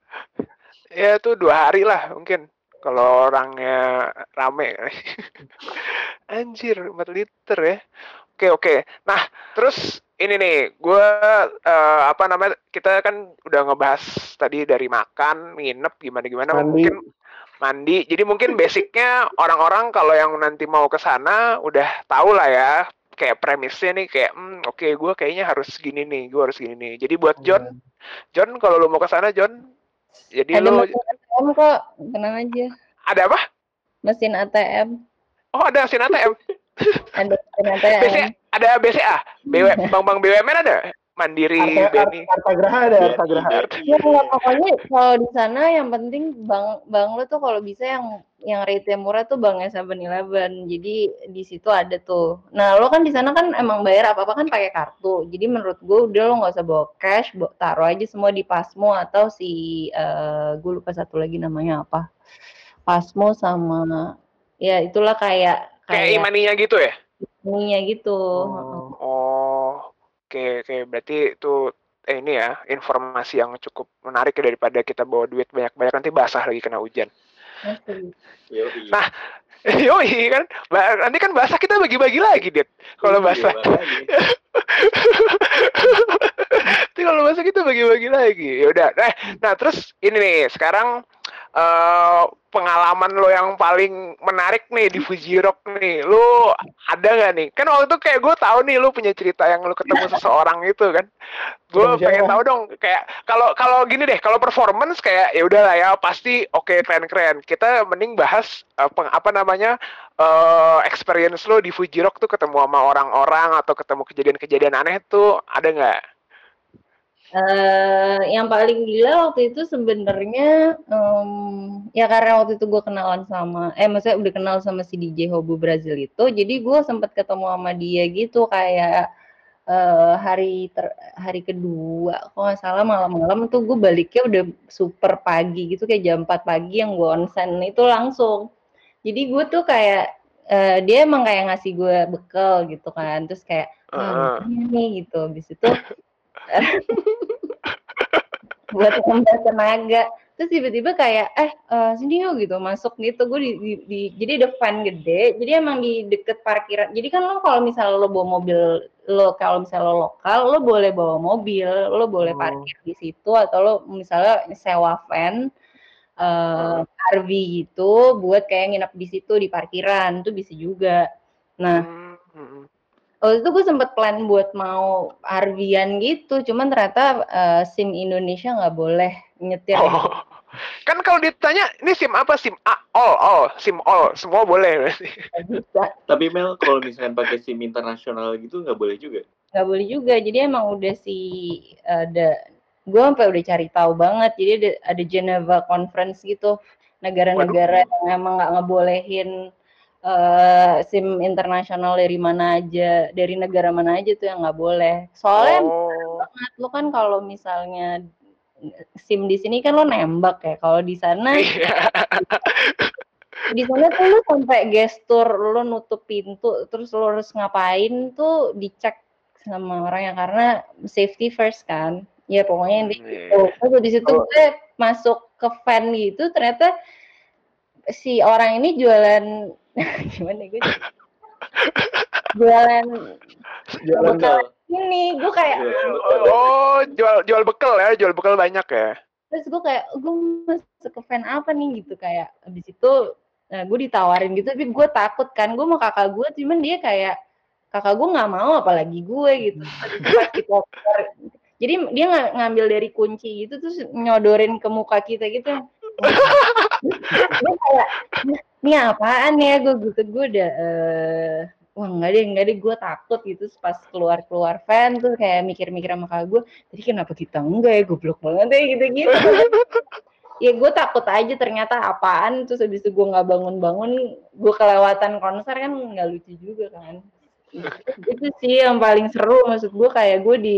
Ya tuh dua hari lah mungkin kalau orangnya rame. Anjir, empat liter ya. Oke, oke. Nah, terus ini nih, gue eh, apa namanya? Kita kan udah ngebahas tadi dari makan, nginep, gimana-gimana. Mandi. Mungkin mandi. Jadi mungkin basicnya orang-orang kalau yang nanti mau ke sana udah tahu lah ya. Kayak premisnya nih kayak, hmm, oke, gue kayaknya harus gini nih, gue harus gini nih. Jadi buat John, John kalau lu mau ke sana, John, jadi Ada lu mesin A T M kok, tenang aja. ada apa? Mesin A T M, Oh, ada mesin A T M. ada mesin A T B C, M. ada B C A, B W, bank-bank B U M N ada, Mandiri, Arta, B N I. Art- Artagraha ada, B N I, Artagraha. B N I. Ya nggak, pokoknya kalau di sana yang penting bank bank lo tuh kalau bisa yang yang rate murah tuh banknya seven eleven. Jadi di situ ada tuh. Nah lo kan di sana kan emang bayar apa apa kan pakai kartu. Jadi menurut gue udah lo nggak usah bawa cash, bawa, taruh aja semua di Pasmo atau si eh gue lupa satu lagi namanya apa. Pasmo sama ya itulah kayak Kayak kayak imaninya gitu ya? ininya gitu. Oh. Oh, oke, oke. Berarti itu eh, ini ya informasi yang cukup menarik ya daripada kita bawa duit banyak-banyak nanti basah lagi kena hujan. Asli. Yoi. Nah, yoi kan, Ba- nanti kan basah kita bagi-bagi lagi, Dit. Kalau Iya, basah. makanya. Nanti kalau basah kita bagi-bagi lagi. Ya udah. Nah, nah terus ini nih, sekarang eh pengalaman lo yang paling menarik nih di Fuji Rock nih, lo ada nggak nih? Kan waktu itu kayak gue tahu nih lo punya cerita yang lo ketemu seseorang itu kan. Gue Ketemu siapa? pengen tahu dong, kayak kalau kalau gini deh, kalau performance kayak ya udahlah ya pasti oke keren-keren. Kita mending bahas eh, peng- apa namanya eh experience lo di Fuji Rock tuh ketemu sama orang-orang atau ketemu kejadian-kejadian aneh tuh ada nggak? Eh, yang paling gila waktu itu sebenarnya em, ya karena waktu itu gue kenalan sama eh maksudnya udah kenal sama si D J Hobu Brazil itu, jadi gue sempet ketemu sama dia gitu kayak eh, hari ter, hari kedua kalau nggak salah malam-malam tuh gue baliknya udah super pagi gitu kayak jam empat pagi yang gue onsen itu langsung. Jadi gue tuh kayak eh, dia emang kayak ngasih gue bekal gitu kan, terus kayak wah Heeh. lumayan nih gitu, habis itu buat nambah tenaga, terus tiba-tiba kayak eh eh, sini yuk gitu masuk gitu, gue di, di, di- jadi ada van gede, jadi emang di deket parkiran, jadi kan lo kalau misalnya lo bawa mobil lo, kalau misalnya lo lokal lo boleh bawa mobil, lo boleh Oh. parkir di situ, atau lo misalnya sewa van eh R V gitu buat kayak nginep di situ di parkiran tuh bisa juga. Nah Hmm, hmm. waktu itu gue sempet plan buat mau R V-an gitu, cuman ternyata eh, SIM Indonesia nggak boleh nyetir di Oh, kan kalau ditanya ini SIM apa? SIM A, all, all, SIM all, semua boleh berarti. nggak bisa, Tapi Mel, kalau misalkan pakai SIM internasional gitu nggak boleh juga. nggak boleh juga. Jadi emang udah si ada, gue sampai udah cari tahu banget. Jadi ada, ada Geneva Conference gitu, negara-negara yang emang nggak ngebolehin eh, SIM internasional dari mana aja, dari negara mana aja tuh yang nggak boleh. Soalnya Oh, banget lo kan kalau misalnya SIM di sini kan lo nembak ya. Kalau di sana iya. di sana tuh lo sampai gestur lo nutup pintu terus lo harus ngapain tuh dicek sama orangnya karena safety first kan. Ya pokoknya intinya Hmm, gitu. iya. Terus di situ Oh. gue masuk ke van gitu ternyata si orang ini jualan gimana gue jualan Jalan bekal ini. Gue kayak, Jualan bekal. Oh, jual jual bekal ya, jual bekal banyak ya. terus gue kayak, gue masuk ke fan apa nih gitu. Kayak, abis itu, nah gue ditawarin gitu, tapi gue takut kan. Gue mau kakak gue, cuman dia kayak, kakak gue nggak mau, apalagi gue gitu. Terus pas kita keluar, jadi dia ng- ngambil dari kunci gitu, terus nyodorin ke muka kita gitu. Gue kayak, ini apaan ya gue gitu. Gue udah, eh, wah enggak deh, enggak deh, gue takut gitu. Terus pas keluar-keluar fan tuh kayak mikir-mikir sama kakak gue, tadi kenapa kita enggak ya, goblok banget ya gitu-gitu. Ya gue takut aja ternyata apaan, terus habis itu gue nggak bangun-bangun, gue kelewatan konser kan nggak lucu juga kan. Itu sih yang paling seru, maksud gue kayak gue di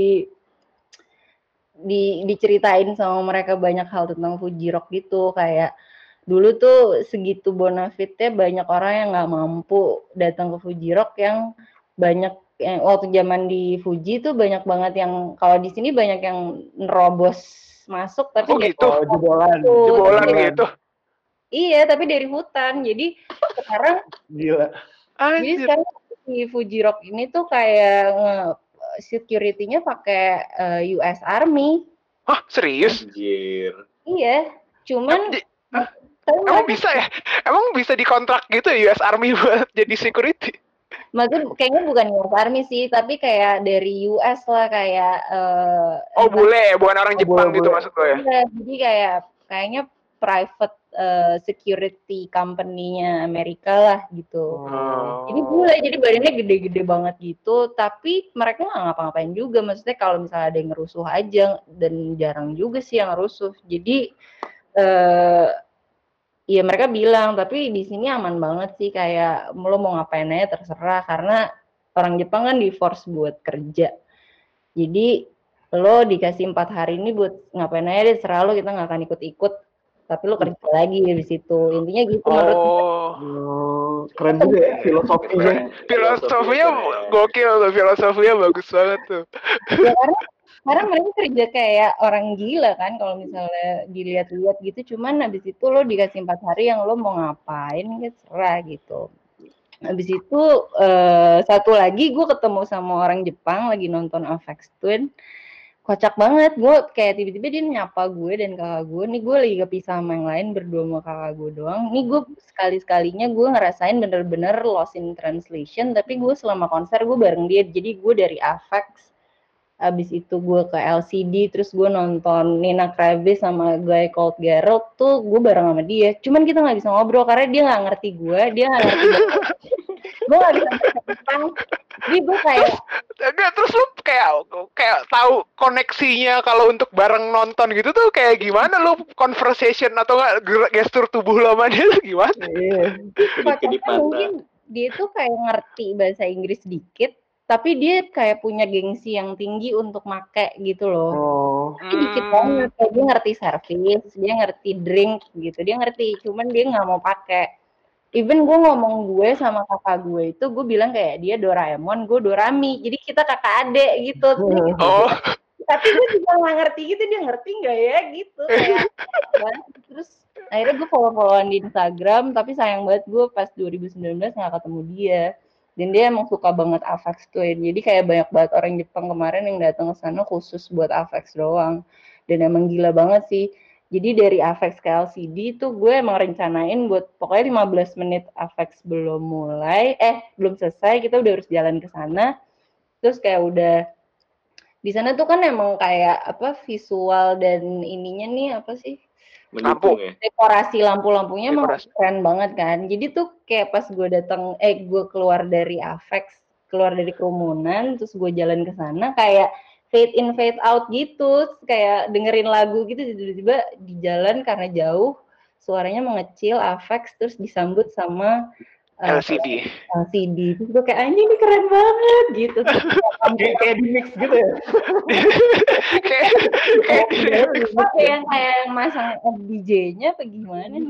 di diceritain sama mereka banyak hal tentang Fuji Rock gitu. Kayak dulu tuh segitu bonafitnya banyak orang yang nggak mampu datang ke Fuji Rock, yang banyak yang waktu zaman di Fuji tuh banyak banget yang, kalau di sini banyak yang nerobos masuk tapi Oh dari gitu, Oh, jebolan. hutan. jebolan Tapi dari- gitu. Iya, tapi dari hutan. Jadi sekarang Gila. jadi Anjir. sekarang di Fuji Rock ini tuh kayak nge- security-nya pakai eh, U S Army. Hah, serius? Anjir. Iya, cuman Em- di- tapi Emang mereka bisa ya? Emang bisa dikontrak gitu ya U S Army buat jadi security? maksud kayaknya bukan U S Army sih, tapi kayak dari U S lah, kayak eh Oh, entah- bule, bukan orang Oh, Jepang bule, gitu bule. maksud lo ya? Iya, jadi kayak kayaknya private eh, security company-nya Amerika lah gitu. Oh. Jadi bule, jadi badannya gede-gede banget gitu, tapi mereka nggak ngapa-ngapain juga. Maksudnya kalau misalnya ada yang ngerusuh aja, dan jarang juga sih yang ngerusuh. Jadi eh ya mereka bilang, tapi di sini aman banget sih, kayak lo mau ngapain aja terserah, karena orang Jepang kan di force buat kerja. Jadi lo dikasih empat hari ini buat ngapain aja deh, serah lo, kita nggak akan ikut-ikut, tapi lo kerja lagi di situ. Intinya gitu menurut gue. Oh. Oh, keren juga ya filosofinya. Keren. Filosofinya keren. gokil tuh, filosofinya bagus banget tuh. Ya karena karena mereka kerja kayak orang gila kan kalau misalnya dilihat-lihat gitu. Cuman habis itu lo dikasih empat hari yang lo mau ngapain gitu, serah gitu. Habis itu eh, satu lagi gue ketemu sama orang Jepang lagi nonton Aphex Twin. Kocak banget, gue kayak tiba-tiba dia nyapa gue dan kakak gue. Nih gue lagi kepisah sama yang lain, berdua sama kakak gue doang. Nih gue sekali-sekalinya gue ngerasain bener-bener lost in translation. Tapi gue selama konser gue bareng dia. Jadi gue dari Aphex, abis itu gue ke L C D, terus gue nonton Nina Kraviz sama Guy Called Gerald tuh gue bareng sama dia. Cuman kita nggak bisa ngobrol karena dia nggak ngerti gue, dia nggak ngerti gue. Gue nggak bisa bahasa Jepang. Jadi gue kayak Enggak, terus lu kayak kayak tahu koneksinya kalau untuk bareng nonton gitu tuh kayak gimana lu conversation atau enggak gerak gestur tubuh lo sama dia tuh gimana? Iya. Kedip-kedip kocaknya mata. mungkin dia tuh kayak ngerti bahasa Inggris dikit, tapi dia kayak punya gengsi yang tinggi untuk make gitu loh. Oh. Tapi dikit banget, kayak dia ngerti service, dia ngerti drink gitu, dia ngerti, cuman dia nggak mau pakai. Even gue ngomong gue sama kakak gue itu, gue bilang kayak dia Doraemon, gue Dorami, jadi kita kakak adek gitu. Oh, Tapi gue juga nggak ngerti gitu, dia ngerti nggak ya gitu, kayak terus akhirnya gue follow-followan di Instagram, tapi sayang banget gue pas dua ribu sembilan belas nggak ketemu dia. Dan dia emang suka banget Aphex Twin, jadi kayak banyak banget orang Jepang kemarin yang datang ke sana khusus buat Aphex doang. Dan emang gila banget sih. Jadi dari Aphex ke L C D tuh gue emang rencanain buat pokoknya lima belas menit Aphex belum mulai, eh belum selesai kita udah harus jalan ke sana. Terus kayak udah di sana tuh kan emang kayak apa visual dan ininya nih apa sih? Mendukung ya. Dekorasi lampu-lampunya emang Dekorasi. keren banget kan. Jadi tuh kayak pas gue datang eh gue keluar dari Aphex, keluar dari kerumunan, terus gue jalan ke sana kayak fade in fade out gitu, terus kayak dengerin lagu gitu, tiba-tiba di jalan karena jauh suaranya mengecil Aphex, terus disambut sama uh, L C D. L C D. Terus gue kayak anjing ini keren banget gitu. Terus Kayak kayak di mix gitu ya. Kayak kayak kayak yang kayak yang masang D J-nya apa gimana nih?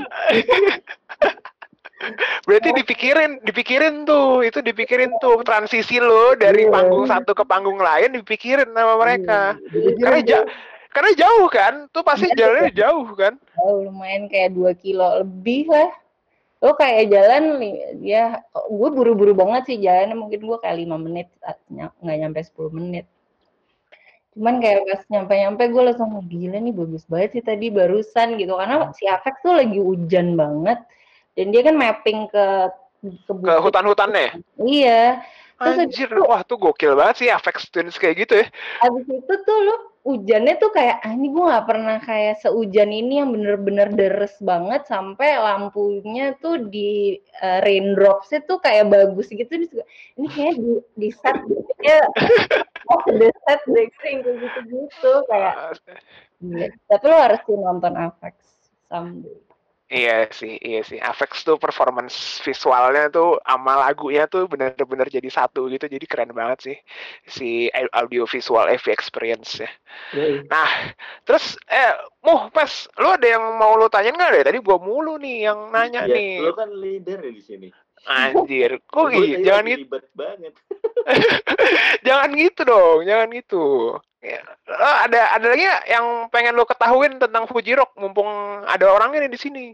berarti dipikirin, dipikirin tuh, itu dipikirin tuh transisi lo dari Iya. panggung satu ke panggung lain dipikirin sama mereka. Dipikirin Karena tuh. ja- karena jauh kan, tuh pasti Iya, jalannya jauh kan. Oh, lumayan kayak dua kilo lebih lah. Lo kayak jalan li- ya gue buru-buru banget sih jalannya, mungkin gue kayak lima menit at- ny- nggak nyampe sepuluh menit. Cuman kayak pas nyampe-nyampe gue langsung "Wah, gila nih bagus banget sih tadi barusan gitu, karena si Afek tuh lagi hujan banget dan dia kan mapping ke ke Ke bukit. hutan-hutannya. Iya. Terus habis Anjir, itu wah tuh gokil banget sih Apex Twins kayak gitu ya. Abis itu tuh lu hujannya tuh kayak ah ini gue nggak pernah kayak sehujan ini yang bener-bener deres banget sampai lampunya tuh di uh, raindropsnya tuh kayak bagus gitu. Terus gua, ini kayak di di set ya oh the set deh kayak gitu-gitu kayak Uh, gila. Tapi lo harus sih nonton Avex someday. Iya sih, iya sih. Avex tuh performance visualnya tuh sama lagunya tuh bener-bener jadi satu gitu. Jadi keren banget sih si audio visual A V experience ya. Yoi. Nah, terus eh Muh, Pas, lu ada yang mau lu tanyain nggak deh? Tadi gua mulu nih yang nanya Ya, nih. lo kan leader ya di sini. Anjir, kok Gue gitu? tadi Jangan lagi gitu. ribet banget. Jangan gitu dong, jangan gitu. Ya, eh, ada ada lagi nggak yang pengen lo ketahuin tentang Fuji Rock mumpung ada orangnya nih di sini?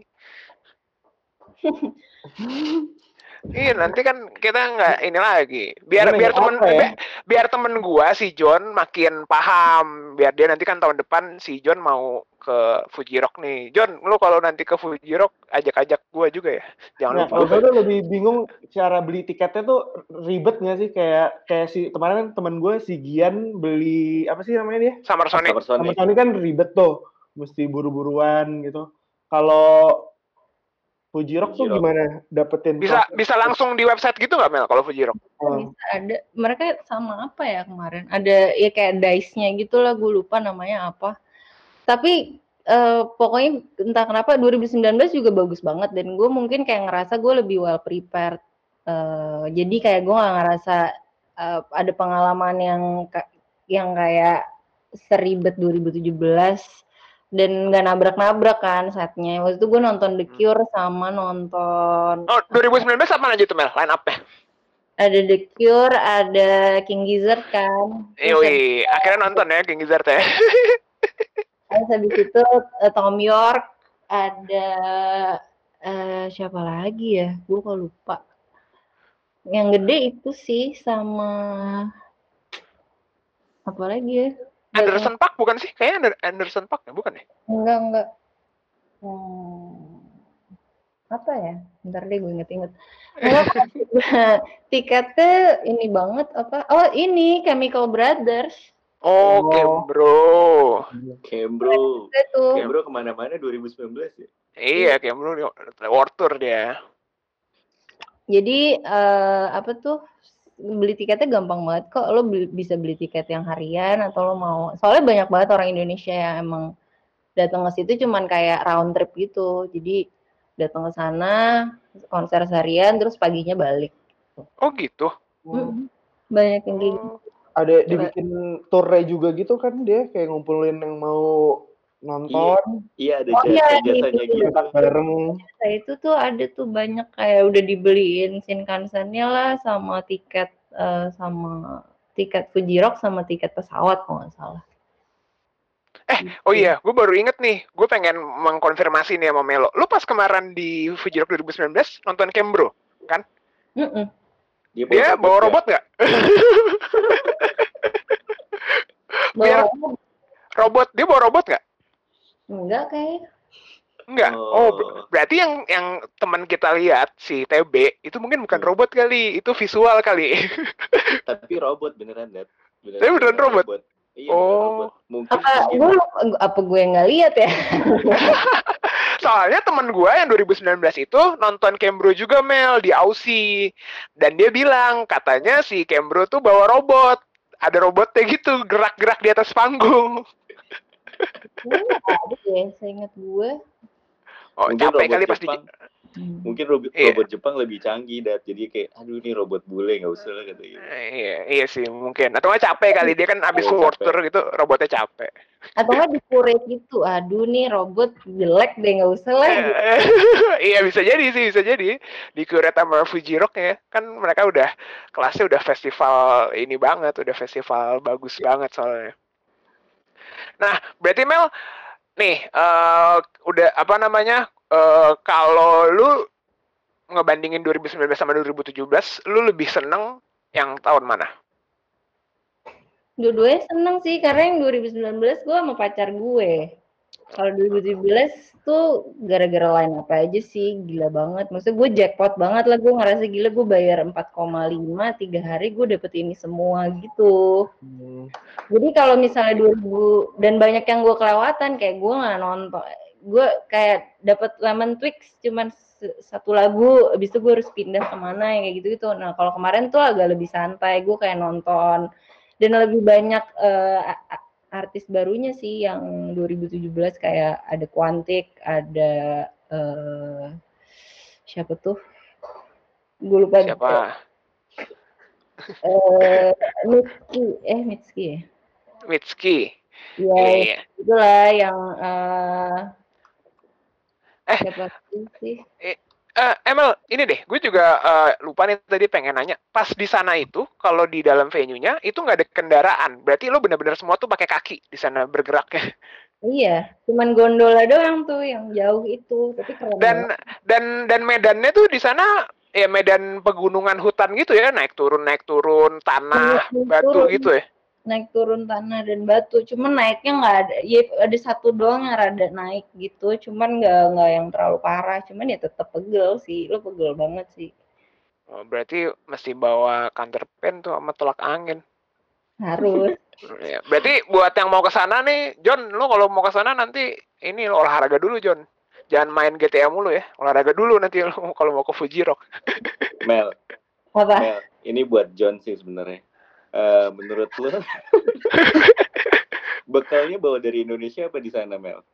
Iya nanti kan kita nggak ini lagi biar Gimana biar ya, temen apa ya? biar, biar temen gua si John makin paham biar dia nanti kan tahun depan si John mau ke Fuji Rock nih. John, lu kalau nanti ke Fuji Rock ajak-ajak gua juga ya, jangan Nah, lupa. kalau gue tuh lebih bingung cara beli tiketnya tuh ribet nggak sih? Kayak kayak si kemarin kan teman gue si Gian beli apa sih namanya dia? Summer Sonic. Summer Sama Sonic. Sony kan ribet tuh, mesti buru-buruan gitu. Kalau Fuji Rock tuh Fuji Rock. gimana dapetin? Bisa proses? bisa langsung di website gitu nggak Mel kalau Fuji Rock? Oh, Bisa ada mereka sama apa ya kemarin ada ya kayak dice-nya gitu lah, gue lupa namanya apa. Tapi eh, pokoknya entah kenapa dua ribu sembilan belas juga bagus banget dan gue mungkin kayak ngerasa gue lebih well prepared. Eh, jadi kayak gue nggak ngerasa eh, ada pengalaman yang ka- yang kayak seribet dua ribu tujuh belas dan nggak nabrak-nabrak kan setnya. Waktu itu gue nonton The Cure sama nonton Oh, dua ribu sembilan belas apa aja tuh Mel? Line up-nya? ada The Cure, ada King Gizzard kan. Terus habis, Yoi, akhirnya nonton ya King Gizzard ya. terus habis itu eh, Tom York, ada eh, siapa lagi ya? Gue kok lupa. Yang gede itu sih sama apa lagi ya? Anderson Paak bukan sih? Kayaknya Anderson Paak ya, bukan ya? Enggak enggak. Hmm, apa ya? Bentar deh gue inget-inget. Enggak, tiketnya ini banget apa? Oh ini Chemical Brothers. Oh, Kembro. Kembro. Itu. Kembro kemana-mana dua ribu sembilan belas ya? Iya, Kembro World Tour dia. Jadi uh, apa tuh beli tiketnya gampang banget kok. Lo beli, bisa beli tiket yang harian atau lo mau. Soalnya banyak banget orang Indonesia yang emang datang ke situ cuman kayak round trip gitu. Jadi datang ke sana konser seharian terus paginya balik. Oh gitu. Hmm. Banyak yang gitu. Oh. Ada dibikin tournya juga gitu kan dia kayak ngumpulin yang mau nonton. Iya, ada Oh, iya, jasa-jasanya di- gitu. Bareng. Nah, itu tuh ada tuh banyak kayak udah dibeliin Shinkansen-nya lah sama tiket uh, sama tiket Fuji Rock sama tiket pesawat kalau nggak salah. Eh, oh iya, gue baru inget nih, gue pengen mengkonfirmasi nih sama Melo. Lu pas kemarin di Fuji Rock dua ribu sembilan belas nonton Kembro, kan? Mm-mm. Dia Dia bawa ya? robot nggak? Bawa Biar- robot? Robot, dia bawa robot nggak? Enggak kayak. Enggak. Oh. Oh, ber- berarti yang yang teman kita lihat si T B itu mungkin bukan Hmm. robot kali, itu visual kali. Tapi robot beneran, Dad. Tapi beneran robot? Iya, Oh. beneran robot. Mungkin Apa mungkin gue apa gue nggak lihat ya? Soalnya teman gua yang dua ribu sembilan belas itu nonton Kembro juga Mel di Aussie dan dia bilang katanya si Kembro tuh bawa robot. Ada robotnya gitu gerak-gerak di atas panggung. Gue nggak ada deh, seingat gue. Oh, Mungkin capek robot kali pas di Jepang. Hmm. Mungkin robot, Iya. robot Jepang lebih canggih, Dad. Jadi kayak, aduh ini robot bule, nggak usah lah kata gitu. Iya, iya sih mungkin. Atau nggak capek kali dia kan abis Iya, World capek. Tour gitu robotnya capek. Atau nggak di-curate gitu. Aduh nih robot jelek deh nggak usah lah. gitu. Iya bisa jadi sih, bisa jadi. Di Curate sama Fuji Rock ya. Kan mereka udah kelasnya udah festival ini banget, udah festival bagus banget soalnya. Nah, berarti Mel nih eh udah apa namanya? eh kalau lu ngebandingin dua ribu sembilan belas sama dua ribu tujuh belas, lu lebih seneng yang tahun mana? Dua-duanya seneng sih, karena yang dua ribu sembilan belas gue sama pacar gue. Kalau dua ribu tujuh belas tuh gara-gara line up aja sih, gila banget. Maksudnya gue jackpot banget lah, gue ngerasa gila gue bayar empat koma lima, tiga hari gue dapet ini semua gitu. Hmm. Jadi kalau misalnya dua ribu, dan banyak yang gue kelewatan, kayak gue nggak nonton, gue kayak dapet Lemon Twigs cuman s- satu lagu, abis itu gue harus pindah kemana yang kayak gitu-gitu. Nah kalau kemarin tuh agak lebih santai, gue kayak nonton, dan lebih banyak eh, a- a- artis barunya sih yang dua ribu tujuh belas, kayak ada Quantic, ada eh, siapa tuh? Gue lupa. Siapa? Eh, Mitski, eh Mitski ya? Mitski. Ya, Iya, ya, iya. itulah yang eh Eh, siapa sih? eh, eh, Emel, ini deh, gue juga eh, lupa nih tadi pengen nanya. Pas di sana itu, kalau di dalam venue-nya itu nggak ada kendaraan. Berarti lo benar-benar semua tuh pakai kaki di sana bergeraknya. Iya, cuman gondola doang tuh yang jauh itu, tapi keren Dan banget. dan dan medannya tuh di sana ya medan pegunungan hutan gitu ya, naik turun naik turun tanah Naik batu turun, gitu ya. naik turun tanah dan batu, cuman naiknya nggak ada, ya ada satu doang yang rada naik gitu, cuman nggak nggak yang terlalu parah, cuman ya tetap pegel sih, lo pegel banget sih. Oh, berarti mesti bawa counter pen tuh sama tolak angin. Harus. Ya, berarti buat yang mau ke sana nih, John, lo kalau mau ke sana nanti ini lo olahraga dulu, John. Jangan main G T A mulu ya. Olahraga dulu nanti lo kalau mau ke Fuji Rock. Mel, Apa? Mel, ini buat John sih sebenarnya. Eh, menurut lo bekalnya bawa dari Indonesia apa di sana, Mel?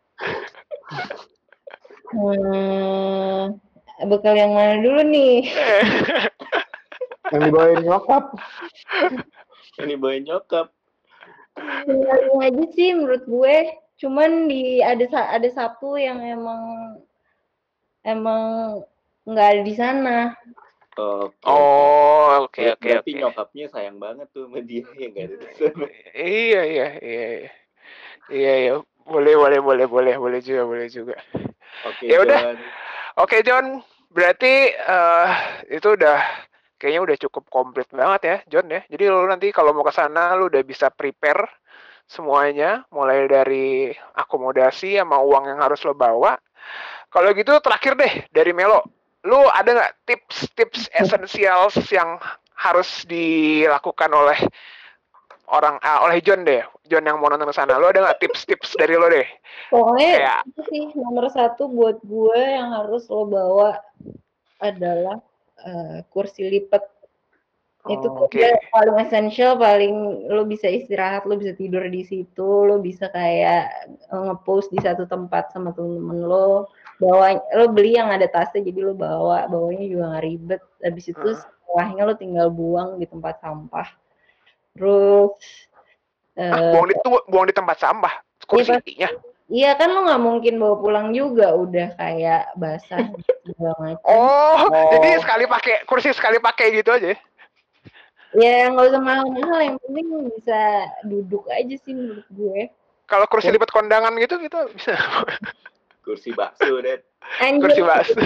Hmm, bekal yang mana dulu nih? Yang dibawain nyokap. Ini bawain nyokap. Tinggalin aja sih menurut gue. Cuman di ada sa- ada satu yang emang emang nggak ada di sana. Oke. Oh, oke Ber- oke Berarti oke. nyokapnya sayang banget tuh sama dia yang nggak ada di sana. Iya iya iya iya. Iya iya. Boleh boleh boleh boleh boleh juga boleh juga. Oke, Ya udah. John. Oke John, berarti eh itu udah kayaknya udah cukup komplit banget ya, John ya. Jadi lu nanti kalau mau ke sana lu udah bisa prepare semuanya, mulai dari akomodasi sama uang yang harus lo bawa. Kalau gitu terakhir deh dari Melo, lu ada nggak tips-tips esensial yang harus dilakukan oleh orang ah, oleh John deh, John yang mau nonton ke sana. Lu ada nggak tips-tips dari lo deh? Pokoknya Kayak itu sih nomor satu buat gue yang harus lo bawa adalah eh, kursi lipat. Itu Oh, oke. udah paling esensial, paling lo bisa istirahat, lo bisa tidur di situ, lo bisa kayak eh, nge-post di satu tempat sama temen lo. Bawa, lo beli yang ada tasnya, jadi lo bawa, bawanya juga nggak ribet. Habis itu Heeh. setelahnya lo tinggal buang di tempat sampah. Terus Ah, eh buang di tuh buang di tempat sampah iya pas, kursinya. iya kan lo nggak mungkin bawa pulang juga, udah kayak basah segala macam. Oh, jadi oh, sekali pakai kursi sekali pakai gitu aja. Ya nggak usah mahal-mahal, yang penting bisa duduk aja sih menurut gue. Kalau kursi lipat kondangan gitu gitu bisa. Kursi bakso, Dad. Kursi Anjir, bakso.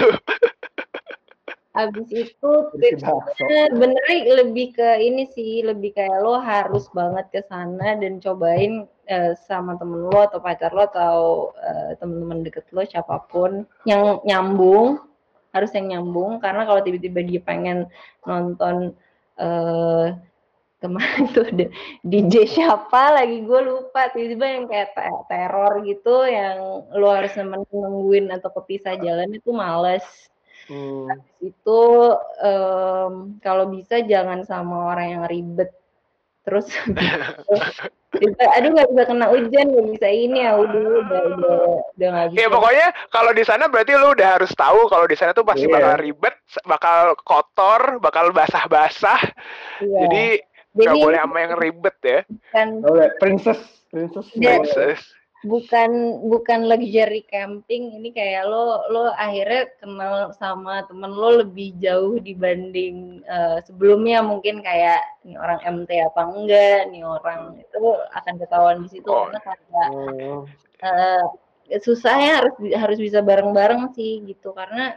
abis itu kursi bakso. tipsnya bener lebih ke ini sih, lebih kayak lo harus banget ke sana dan cobain eh, sama temen lo atau pacar lo atau eh, temen-temen deket lo siapapun yang nyambung, harus yang nyambung, karena kalau tiba-tiba dia pengen nonton eh kemarin tuh ada D J siapa lagi gue lupa, tiba-tiba yang kayak te- teror gitu yang lo harus nemenin nungguin atau kepisah jalan, itu males. Hmm. Itu em, kalau bisa jangan sama orang yang ribet, terus kita aduh nggak bisa kena hujan, nggak bisa ini, ya udah udah udah udah nggak Ya bisa. pokoknya kalau di sana berarti lu udah harus tahu kalau di sana tuh pasti Iya. bakal ribet, bakal kotor, bakal basah-basah. Iya. Jadi Jadi nggak boleh sama yang ribet ya. bukan Oke, princess, princess. Dia- Princess. bukan bukan luxury camping, ini kayak lo lo akhirnya kenal sama temen lo lebih jauh dibanding eh, sebelumnya, mungkin kayak nih orang M T apa enggak, nih orang itu akan ketahuan di situ, Oh. karena kayak Oh. eh, susahnya harus harus bisa bareng-bareng sih gitu, karena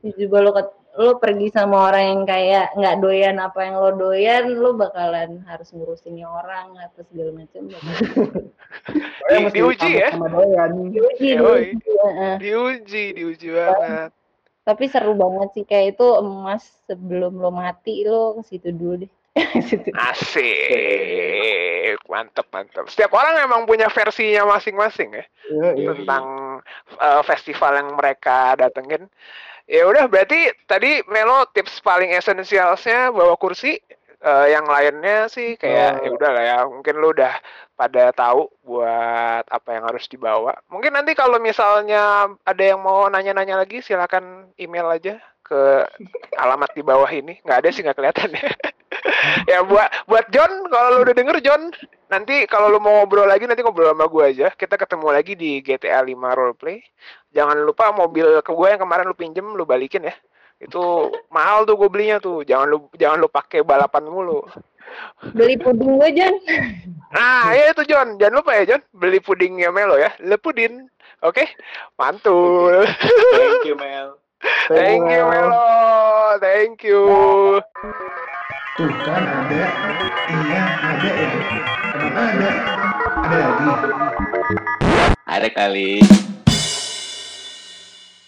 Coba lo ket- lo pergi sama orang yang kayak nggak doyan apa yang lo doyan, lo bakalan harus ngurusin orang apa segala macam. bakalan Soalnya Di, mesti diuji ya. sama-sama doyan. Diuji, Yoi. diuji, heeh. Diuji, diuji banget. Tapi seru banget sih, kayak itu emas sebelum lo mati, lo ke situ dulu deh. Situ. Asik, mantep mantep. Setiap orang emang punya versinya masing-masing ya Iya, iya. tentang uh, festival yang mereka datengin. Ya udah, berarti tadi Melo tips paling esensialnya bawa kursi. Uh, yang lainnya sih kayak ya udah lah ya, mungkin lu udah pada tahu buat apa yang harus dibawa. Mungkin nanti kalau misalnya ada yang mau nanya-nanya lagi, silakan email aja ke alamat di bawah ini. Nggak ada sih, nggak kelihatan ya. Ya buat buat John, kalau lu udah denger John, nanti kalau lu mau ngobrol lagi nanti ngobrol sama gue aja. Kita ketemu lagi di G T A lima Roleplay. Jangan lupa mobil ke gue yang kemarin lu pinjem lu balikin ya. Itu mahal tuh gue belinya tuh. Jangan lu jangan lu pakai balapan mulu. Beli puding gue, Jon. Nah, ya itu John. Jangan lupa ya John, beli pudingnya Melo ya. Lepudin. Oke? Mantul. Thank you, Mel. Thank you Melo. Thank you. Tuh kan ada. Iya, ada ya. Emang ada. Ada lagi. Ada kali.